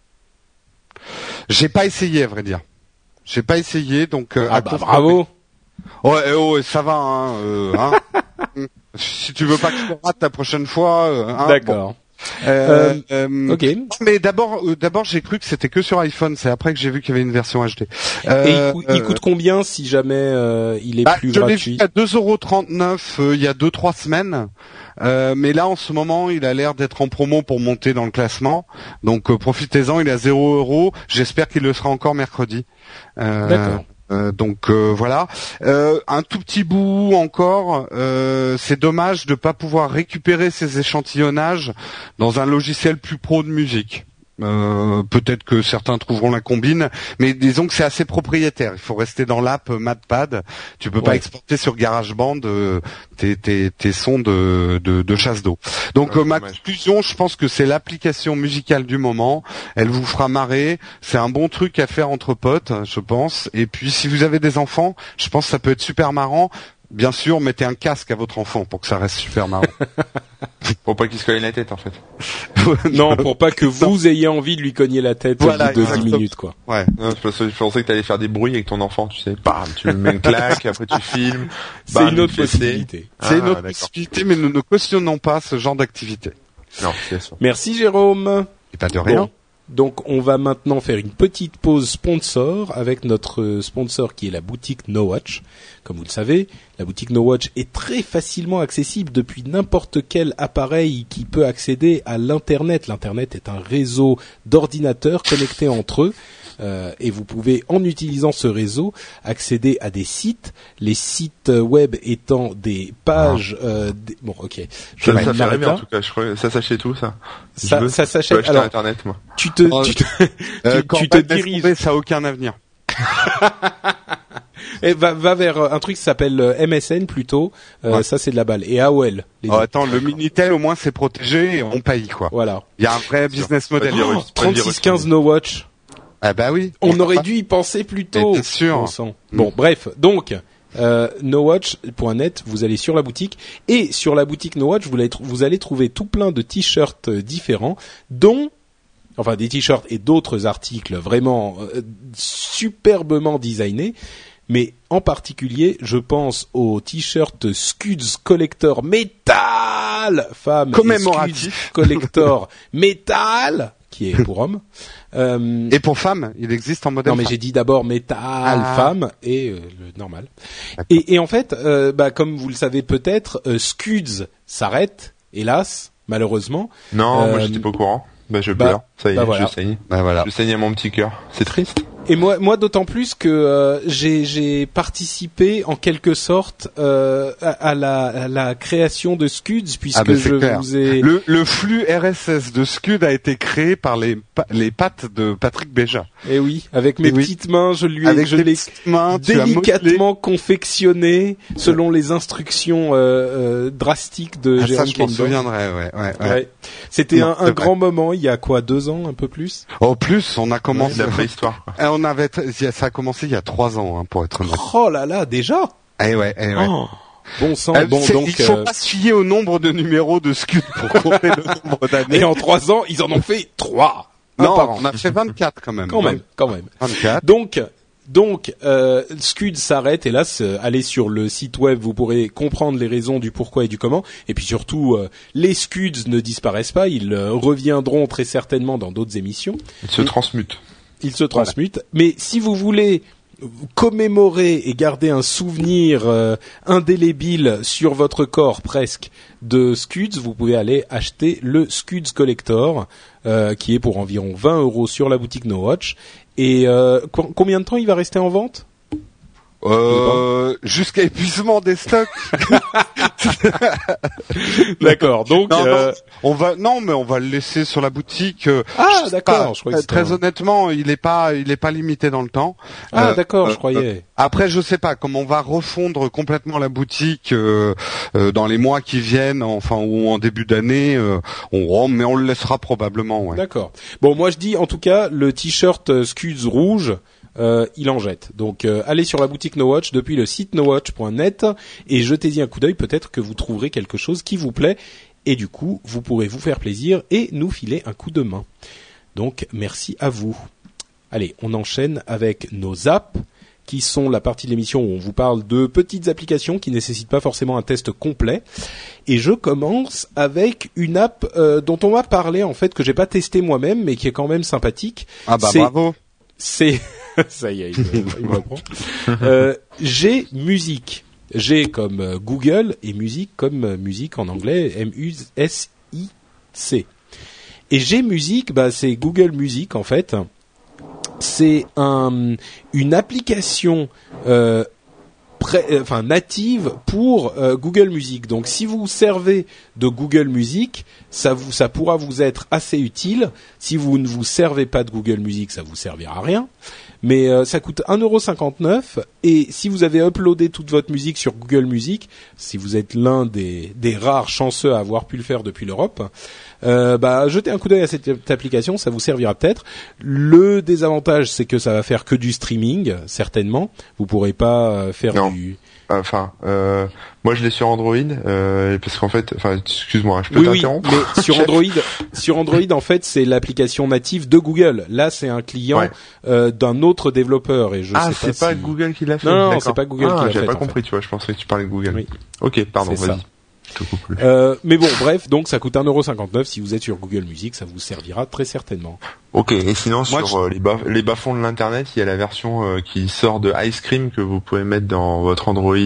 J'ai pas essayé, à vrai dire. J'ai pas essayé, donc. Bravo. Ouais, ça va. Hein. Si tu veux pas que je te rate la prochaine fois. D'accord. Bon. Ok. Mais d'abord, j'ai cru que c'était que sur iPhone. C'est après que j'ai vu qu'il y avait une version HD. Et il coûte combien si jamais il est plus gratuit ? Je l'ai vu à 2,39€ il y a 2-3 semaines. Mais là, en ce moment, il a l'air d'être en promo pour monter dans le classement. Donc, profitez-en. Il est à 0€. J'espère qu'il le sera encore mercredi. D'accord. Donc voilà. Un tout petit bout encore. C'est dommage de pas pouvoir récupérer ces échantillonnages dans un logiciel plus pro de musique. Peut-être que certains trouveront la combine, mais disons que c'est assez propriétaire. Il faut rester dans l'app MatPad. Tu peux pas exporter sur GarageBand tes sons de chasse d'eau. Donc ma conclusion, je pense que c'est l'application musicale du moment. Elle vous fera marrer. C'est un bon truc à faire entre potes, je pense. Et puis si vous avez des enfants, je pense que ça peut être super marrant. Bien sûr, mettez un casque à votre enfant pour que ça reste super marrant. Pour pas qu'il se cogne la tête, en fait. Non, pour pas que vous ayez envie de lui cogner la tête au bout de 10 minutes, quoi. Ouais. Non, je pensais que t'allais faire des bruits avec ton enfant, tu sais. Bam, tu lui mets une claque, après tu filmes. C'est une autre possibilité. C'est une autre possibilité, mais nous ne cautionnons pas ce genre d'activité. Non, c'est ça. Merci Jérôme. Et pas de rien. Bon. Donc on va maintenant faire une petite pause sponsor avec notre sponsor qui est la boutique NoWatch. Comme vous le savez, la boutique NoWatch est très facilement accessible depuis n'importe quel appareil qui peut accéder à l'Internet. L'Internet est un réseau d'ordinateurs connectés entre eux. Et vous pouvez, en utilisant ce réseau, accéder à des sites. Les sites web étant des pages. Bon, ok. Ça fait rêver en tout cas. Je crois ça s'achète tout ça. Ça s'achète. Je peux acheter Internet moi. Tu te diriges. Ça a aucun avenir. Et va vers un truc qui s'appelle MSN plutôt. Ça c'est de la balle. Et AOL. Attends, le Minitel au moins c'est protégé et on paye quoi. Voilà. Il y a un vrai business model. 3615 NoWatch. Ah bah oui. On aurait dû y penser plus tôt. Bien sûr. Bon, bref, donc nowatch.net, vous allez sur la boutique et sur la boutique NoWatch, vous allez trouver tout plein de t-shirts différents, dont des t-shirts et d'autres articles vraiment superbement designés. Mais en particulier, je pense au t-shirt Scuds Collector Metal Femme commémoratif Scuds Collector Metal qui est pour hommes. Et pour femmes, il existe en modèle. Non, mais j'ai dit d'abord métal femme et le normal. Et en fait, comme vous le savez peut-être, Scuds s'arrête, hélas, malheureusement. Non, moi j'étais pas au courant. Je pleure. Ça y est, Bah voilà. je saigne. Bah voilà. Je saigne à mon petit cœur. C'est triste. Et moi d'autant plus que j'ai participé en quelque sorte à la création de Scuds, puisque je clair. vous ai Le flux RSS de Scud a été créé par les pattes de Patrick Béja. Eh oui, avec mes petites mains, je l'ai délicatement confectionné selon les instructions drastiques de Jérôme Ça, je m'en Kendo. souviendrai, ouais. C'était Non, un grand moment, il y a quoi, 2 ans, un peu plus? Au plus, on a commencé. La préhistoire, quoi. Ça a commencé il y a 3 ans, pour être honnête. Oh là là, déjà? Eh ouais. Oh, bon sang, donc... Il faut pas se fier au nombre de numéros de Scud pour compter le nombre d'années. Et en 3 ans, ils en ont fait 3. Non, on a fait 24 quand même. Quand même. 24. Donc, Scud s'arrête, hélas, allez sur le site web, vous pourrez comprendre les raisons du pourquoi et du comment. Et puis surtout, les Scuds ne disparaissent pas, ils reviendront très certainement dans d'autres émissions. Ils se transmutent. Ils se transmutent. Mais si vous voulez commémorer et garder un souvenir indélébile sur votre corps presque de Scuds, vous pouvez aller acheter le Scuds Collector, qui est pour environ 20 € sur la boutique No Watch. Et combien de temps il va rester en vente ? Jusqu'à épuisement des stocks. D'accord. Donc on va le laisser sur la boutique. D'accord. Je croyais que très honnêtement, il est pas limité dans le temps. D'accord, je croyais. Après, je sais pas, comme on va refondre complètement la boutique dans les mois qui viennent, ou en début d'année, mais on le laissera probablement. Ouais. D'accord. Bon, moi je dis en tout cas le t-shirt Scuds rouge. Il en jette. Donc allez sur la boutique No Watch depuis le site nowatch.net et jetez-y un coup d'œil, peut-être que vous trouverez quelque chose qui vous plaît et du coup vous pourrez vous faire plaisir et nous filer un coup de main. Donc merci à vous. Allez, on enchaîne avec nos apps qui sont la partie de l'émission où on vous parle de petites applications qui nécessitent pas forcément un test complet. Et je commence avec une app dont on m'a parlé en fait, que j'ai pas testé moi-même mais qui est quand même sympathique. Ah bah bravo. C'est ça y est, il m'apprend. G Music. G comme Google et musique comme musique en anglais, M-U-S-I-C. Et G Music, c'est Google Music en fait. C'est une application native pour Google Music. Donc si vous servez de Google Music, ça pourra vous être assez utile. Si vous ne vous servez pas de Google Music, ça vous servira à rien. Mais ça coûte 1,59 € et si vous avez uploadé toute votre musique sur Google Music, si vous êtes l'un des rares chanceux à avoir pu le faire depuis l'Europe, jetez un coup d'œil à cette application, ça vous servira peut-être. Le désavantage, c'est que ça va faire que du streaming, certainement. Vous pourrez pas faire du... moi je l'ai sur Android parce qu'en fait, excuse-moi, je peux t'interrompre. Oui, mais sur Android en fait, c'est l'application native de Google. Là, c'est un client d'un autre développeur et je sais pas c'est pas Google qui l'a fait. Non, c'est pas Google qui l'a fait. J'avais pas compris, tu vois, je pensais que tu parlais de Google. Oui. OK, pardon, vas-y. Mais bon, bref, donc ça coûte 1,59 € si vous êtes sur Google Music, ça vous servira très certainement. Ok, et sinon sur les bas-fonds de l'internet, il y a la version qui sort de Ice Cream que vous pouvez mettre dans votre Android,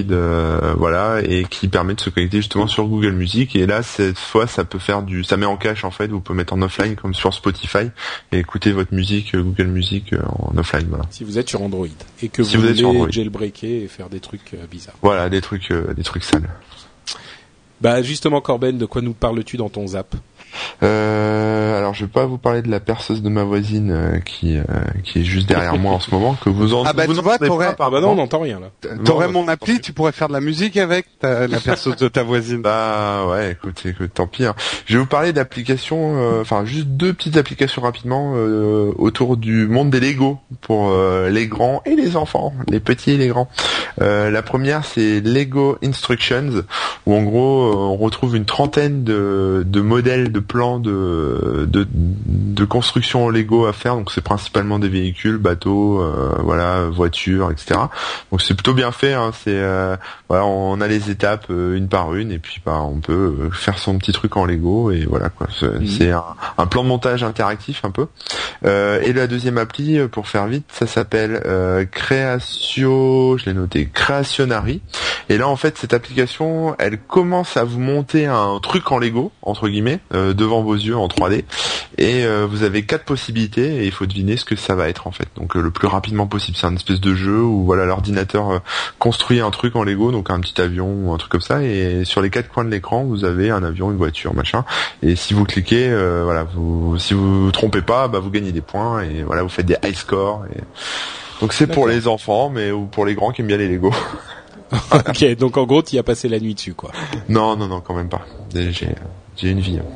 et qui permet de se connecter justement sur Google Music. Et là, cette fois, ça peut faire ça met en cache en fait. Vous pouvez mettre en offline comme sur Spotify et écouter votre musique Google Music en offline. Voilà. Si vous êtes sur Android et que vous voulez jailbreaker et faire des trucs bizarres. Voilà, des trucs sales. Justement, Corben, de quoi nous parles-tu dans ton zap ? Alors je vais pas vous parler de la perceuse de ma voisine qui est juste derrière moi en ce moment, que vous en non, on n'entend rien là. T'aurais mon appli, tu pourrais faire de la musique avec la perceuse de ta voisine. Ouais, écoute, tant pis. Hein. Je vais vous parler d'applications, juste 2 petites applications rapidement autour du monde des Lego pour les grands et les enfants, les petits et les grands. La première, c'est Lego Instructions, où en gros on retrouve une trentaine de modèles, de plans de construction Lego à faire. Donc c'est principalement des véhicules, bateaux, voitures, etc. Donc c'est plutôt bien fait. Hein. C'est on a les étapes une par une et puis on peut faire son petit truc en Lego et voilà quoi. C'est un plan de montage interactif un peu. Et la deuxième appli, pour faire vite, ça s'appelle je l'ai noté, Creationary. Et là, en fait, cette application, elle commence à vous monter un truc en Lego, entre guillemets, devant vos yeux en 3D. Et vous avez 4 possibilités et il faut deviner ce que ça va être en fait. Donc le plus rapidement possible. C'est un espèce de jeu où voilà l'ordinateur construit un truc en Lego, donc un petit avion ou un truc comme ça. Et sur les 4 coins de l'écran, vous avez un avion, une voiture, machin. Et si vous cliquez, si vous trompez pas, bah vous gagnez des points et voilà, vous faites des high scores. Et... Donc c'est pour les enfants, mais ou pour les grands qui aiment bien les Lego. Ok, donc en gros, tu y as passé la nuit dessus, quoi. Non, quand même pas. J'ai une vie.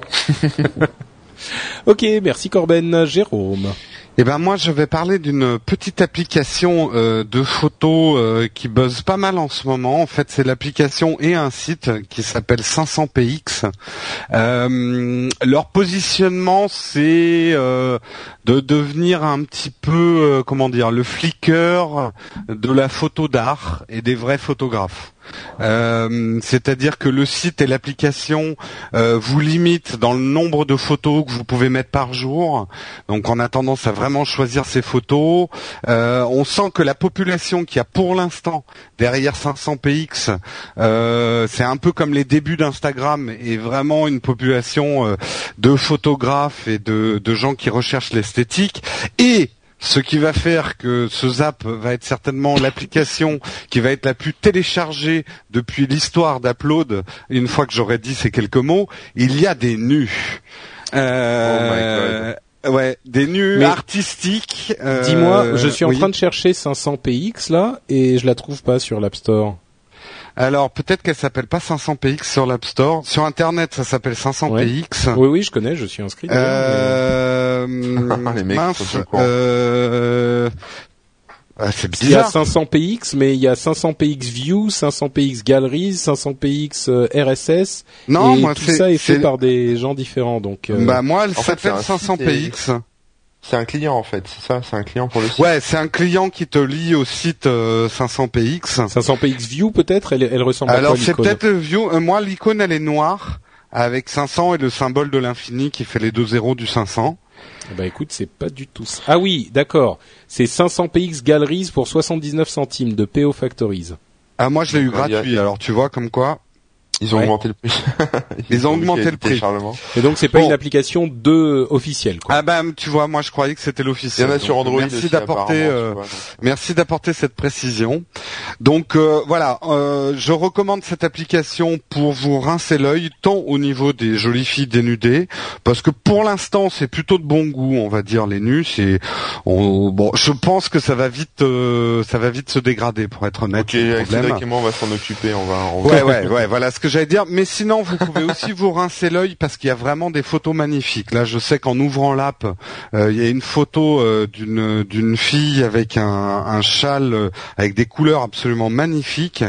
Ok, merci Corben. Jérôme. Eh ben moi je vais parler d'une petite application de photos qui buzz pas mal en ce moment. En fait c'est l'application et un site qui s'appelle 500px. Leur positionnement c'est de devenir un petit peu le Flickr de la photo d'art et des vrais photographes. C'est-à-dire que le site et l'application vous limitent dans le nombre de photos que vous pouvez mettre par jour. Donc on a tendance à vraiment choisir ces photos. On sent que la population qu'il y a pour l'instant derrière 500px, c'est un peu comme les débuts d'Instagram, et vraiment une population de photographes et de gens qui recherchent l'esthétique. Et ce qui va faire que ce Zap va être certainement l'application qui va être la plus téléchargée depuis l'histoire d'Upload. Une fois que j'aurai dit ces quelques mots, il y a des nus. Oh my God. Ouais, des nus Mais artistiques. Dis-moi, je suis en train de chercher 500px là et je la trouve pas sur l'App Store. Alors peut-être qu'elle s'appelle pas 500px sur l'App Store. Sur Internet, ça s'appelle 500px. Ouais. Oui, je connais, je suis inscrit. Les mecs sont au courant. C'est Il y a bizarre. 500px, mais il y a 500px View, 500px Galleries, 500px RSS. Non, et moi tout ça est fait par des gens différents. Donc. Moi, elle En fait, s'appelle c'est un 500px. C'est un client en fait, c'est ça, c'est un client pour le site. Ouais, c'est un client qui te lie au site 500px. 500px View peut-être, elle ressemble à quoi Alors c'est l'icône? peut-être le View. Moi, l'icône elle est noire avec 500 et le symbole de l'infini qui fait les 2 zéros du 500. Bah écoute, c'est pas du tout ça. Ah oui, d'accord. C'est 500px Galleries pour 79 centimes de PO Factories. Ah moi je l'ai eu Donc, gratuit. Alors tu vois comme quoi. Ils ont augmenté le prix. Ils ont augmenté le prix. Et donc c'est pas une application officielle, quoi. Ah bah tu vois, moi je croyais que c'était l'officiel. Il y en a sur Android merci aussi, d'apporter merci d'apporter cette précision. Donc voilà, je recommande cette application pour vous rincer l'œil tant au niveau des jolies filles dénudées, parce que pour l'instant c'est plutôt de bon goût, on va dire les nus, je pense que ça va vite se dégrader pour être honnête. Ok, avec Cédric et moi on va s'en occuper, Ouais, voilà ce que j'allais dire. Mais sinon, vous pouvez aussi vous rincer l'œil parce qu'il y a vraiment des photos magnifiques. Là, je sais qu'en ouvrant l'app, il y a une photo d'une fille avec un châle avec des couleurs absolument magnifiques.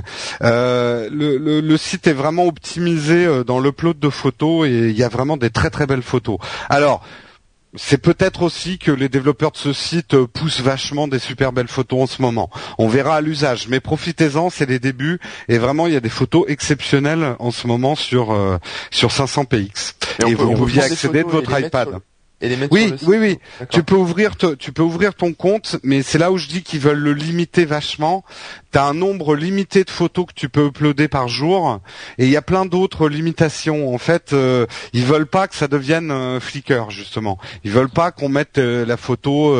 Le site est vraiment optimisé dans l'upload de photos et il y a vraiment des très très belles photos. Alors, c'est peut-être aussi que les développeurs de ce site poussent vachement des super belles photos en ce moment. On verra à l'usage, mais profitez-en, c'est les débuts et vraiment il y a des photos exceptionnelles en ce moment sur 500px. Et vous pouvez y accéder de votre iPad. Et les mettre Oui, sur le site. oui. Tu peux ouvrir ton compte, mais c'est là où je dis qu'ils veulent le limiter vachement. T'as un nombre limité de photos que tu peux uploader par jour, et il y a plein d'autres limitations. En fait, ils veulent pas que ça devienne Flickr justement. Ils veulent pas qu'on mette la photo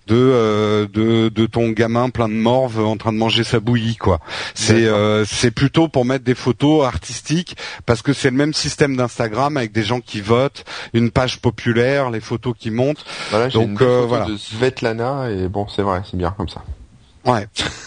de ton gamin plein de morve en train de manger sa bouillie, quoi. C'est plutôt pour mettre des photos artistiques, parce que c'est le même système d'Instagram avec des gens qui votent, une page populaire, les photos qui montent. Voilà, j'ai une photo voilà. de Svetlana et bon, c'est vrai, c'est bien comme ça. Ouais.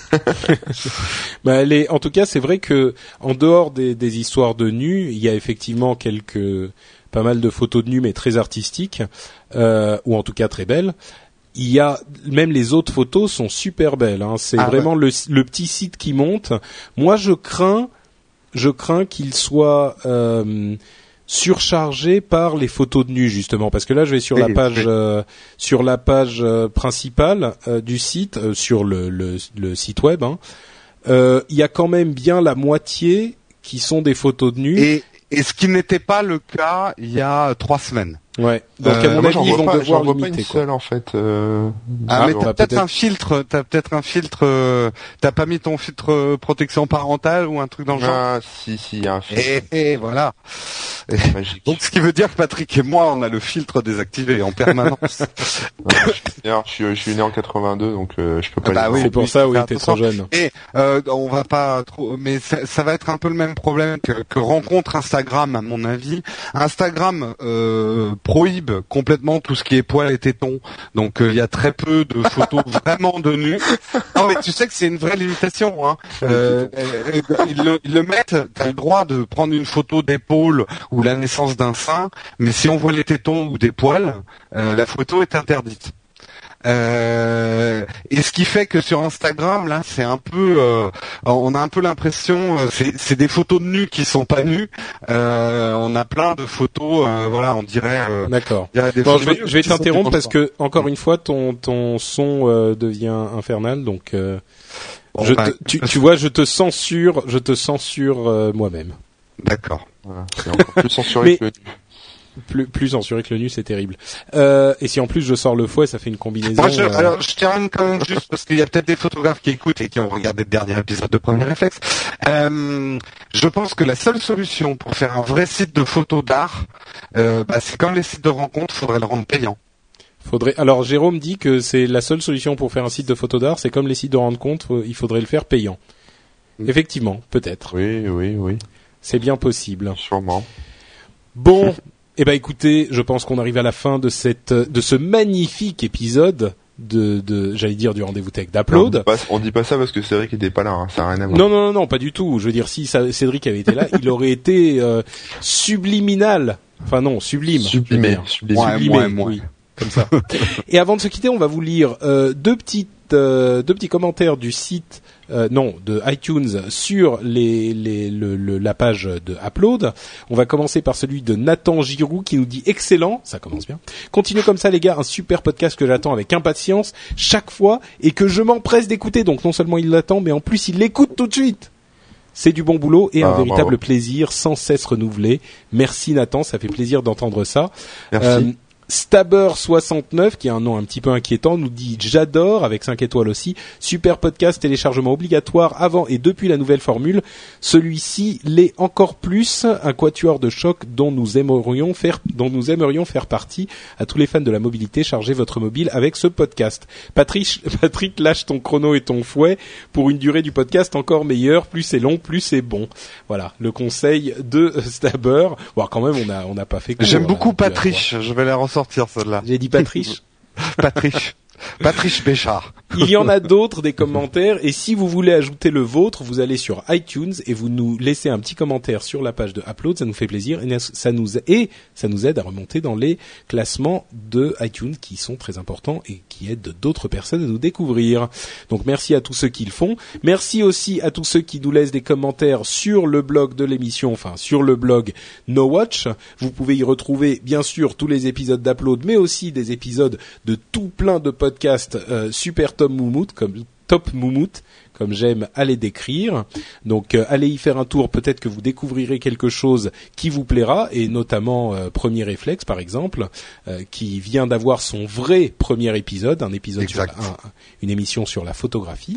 Bah, en tout cas, c'est vrai que en dehors des histoires de nus, il y a effectivement pas mal de photos de nus, mais très artistiques, ou en tout cas très belles. Il y a même les autres photos sont super belles. Hein. C'est vraiment le petit site qui monte. Moi, je crains qu'il soit surchargé par les photos de nus justement, parce que là je vais sur la page principale du site, sur le site web, hein. Il y a quand même bien la moitié qui sont des photos de nus. Et ce qui n'était pas le cas il y a 3 semaines. Ouais. Donc à mon moi, avis, ils vont devoir j'en vois pas limiter, une quoi. seule en fait. Mais t'as peut-être un filtre. T'as pas mis ton filtre protection parentale ou un truc dans le genre. Ah, si, il y a un filtre. Et voilà. Magique. Donc ce qui veut dire que Patrick et moi, on a le filtre désactivé en permanence. Je suis né en 82, donc je peux pas. Oui, c'est pour ça, oui, faire t'es attention. trop jeune. Et on va pas trop, mais ça va être un peu le même problème que rencontre Instagram, à mon avis. Instagram prohibe complètement tout ce qui est poils et tétons, donc il y a très peu de photos vraiment de nus. Non, mais tu sais que c'est une vraie limitation. Hein. Ils le mettent. T'as le droit de prendre une photo d'épaule ou la naissance d'un sein, mais si on voit les tétons ou des poils, la photo est interdite. Et ce qui fait que sur Instagram, là, c'est un peu, on a un peu l'impression, c'est des photos de nus qui sont pas nus. On a plein de photos, voilà, on dirait. D'accord. Des Bon, photos je vais qui sont t'interrompre plus parce que encore une fois, ton son devient infernal, donc Bon, tu vois, je te censure moi-même. D'accord. Voilà, c'est encore plus censuré que Plus censuré que le nu, c'est terrible. Et si en plus je sors le fouet, ça fait une combinaison. Moi, alors, je termine quand même juste parce qu'il y a peut-être des photographes qui écoutent et qui ont regardé le dernier épisode de Premier Réflexe. Je pense que la seule solution pour faire un vrai site de photos d'art, c'est comme les sites de rencontres, faudrait le rendre payant. Alors Jérôme dit que c'est la seule solution pour faire un site de photos d'art, c'est comme les sites de rencontres, il faudrait le faire payant. Effectivement, peut-être. Oui. C'est bien possible. Sûrement. Bon, écoutez, je pense qu'on arrive à la fin de ce magnifique épisode j'allais dire du rendez-vous tech d'Upload. On dit pas ça parce que Cédric était pas là, hein, ça a rien à voir. Non, pas du tout. Je veux dire, si Cédric avait été là, il aurait été subliminal. Enfin non, sublime. Sublimé. Oui, comme ça. Et avant de se quitter, on va vous lire deux petits commentaires du site de iTunes sur la page de Upload. On va commencer par celui de Nathan Giroux qui nous dit excellent, ça commence bien. Continuez comme ça les gars, un super podcast que j'attends avec impatience chaque fois et que je m'empresse d'écouter. Donc non seulement il l'attend, mais en plus il l'écoute tout de suite. C'est du bon boulot et un véritable plaisir sans cesse renouvelé. Merci Nathan, ça fait plaisir d'entendre ça. Merci. Stabber69, qui a un nom un petit peu inquiétant, nous dit « J'adore », avec 5 étoiles aussi, super podcast, téléchargement obligatoire avant et depuis la nouvelle formule. Celui-ci l'est encore plus, un quatuor de choc dont nous aimerions faire partie. À tous les fans de la mobilité, chargez votre mobile avec ce podcast. Patrick, lâche ton chrono et ton fouet pour une durée du podcast encore meilleure. Plus c'est long, plus c'est bon. Voilà, le conseil de Stabber. Bon, quand même, on n'a pas fait court. J'aime beaucoup Patrick, je vais la ressortir celle-là. J'ai dit Patrick. Patrick Béchard. Il y en a d'autres des commentaires et si vous voulez ajouter le vôtre, vous allez sur iTunes et vous nous laissez un petit commentaire sur la page de Upload, ça nous fait plaisir et ça nous aide à remonter dans les classements de iTunes qui sont très importants et qui aident d'autres personnes à nous découvrir. Donc merci à tous ceux qui le font. Merci aussi à tous ceux qui nous laissent des commentaires sur le blog de l'émission, enfin sur le blog No Watch. Vous pouvez y retrouver bien sûr tous les épisodes d'Upload mais aussi des épisodes de tout plein de podcasts super top moumoute comme j'aime à les décrire. Donc allez y faire un tour, peut-être que vous découvrirez quelque chose qui vous plaira et notamment Premier Réflexe par exemple qui vient d'avoir son vrai premier épisode, un épisode sur une émission sur la photographie.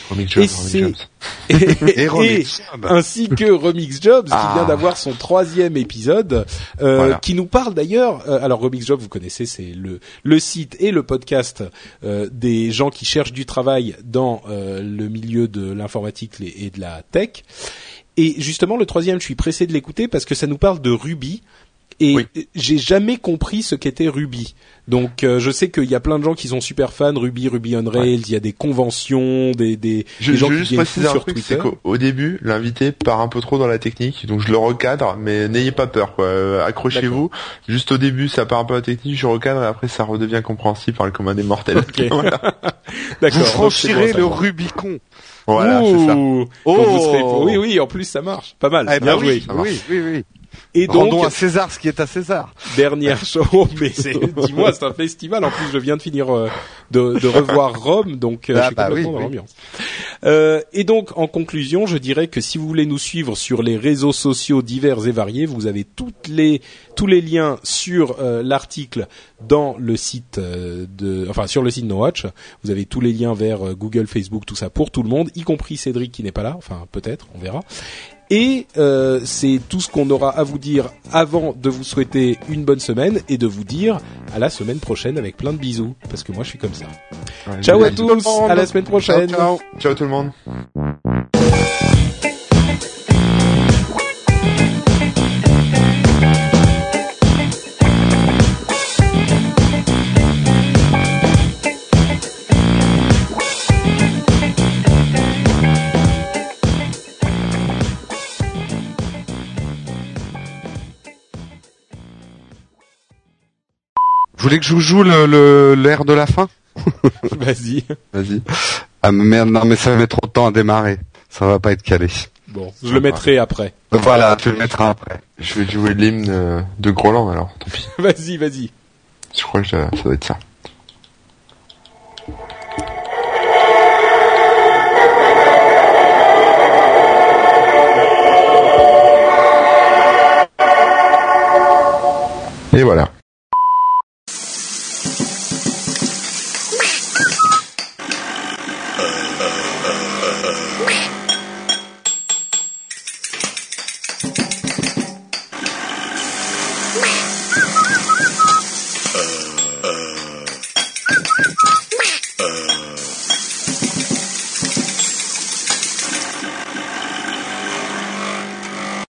Et ainsi que Remix Jobs qui vient d'avoir son 3e épisode qui nous parle d'ailleurs alors Remix Jobs vous connaissez, c'est le site et le podcast des gens qui cherchent du travail dans le milieu de l'informatique et de la tech. Et justement, le 3e, je suis pressé de l'écouter parce que ça nous parle de Ruby. Et j'ai jamais compris ce qu'était Ruby. Donc je sais qu'il y a plein de gens qui sont super fans Ruby on Rails, il y a des conventions, des gens qui viennent fous sur Twitter. C'est qu'au début, l'invité part un peu trop dans la technique, donc je le recadre, mais n'ayez pas peur quoi. Accrochez-vous. Juste au début, ça part un peu dans la technique, je recadre et après ça redevient compréhensible par le commun des mortels. Okay. Voilà. D'accord. Vous franchirez le Rubicon. Voilà, c'est ça. Oui, en plus ça marche. Pas mal. Bien joué. Oui. Et donc, rendons à César ce qui est à César. Dernière chose, mais dis-moi, c'est un festival. En plus, je viens de finir de revoir Rome, donc je suis complètement dans l'ambiance. Et donc, en conclusion, je dirais que si vous voulez nous suivre sur les réseaux sociaux divers et variés, vous avez tous les liens sur l'article dans le site sur le site No Watch. Vous avez tous les liens vers Google, Facebook, tout ça pour tout le monde, y compris Cédric qui n'est pas là. Enfin, peut-être, on verra. Et c'est tout ce qu'on aura à vous dire avant de vous souhaiter une bonne semaine et de vous dire à la semaine prochaine avec plein de bisous, parce que moi je suis comme ça. Ouais, ciao à tous, à la semaine prochaine. Ciao, ciao tout le monde. Vous voulez que je vous joue l'air de la fin? Vas-y. Ah merde, non mais ça va mettre trop de temps à démarrer. Ça va pas être calé. Bon, je le mettrai après. Voilà, tu le mettras après. Je vais jouer l'hymne de Groland alors, tant pis. Vas-y. Je crois que ça doit être ça.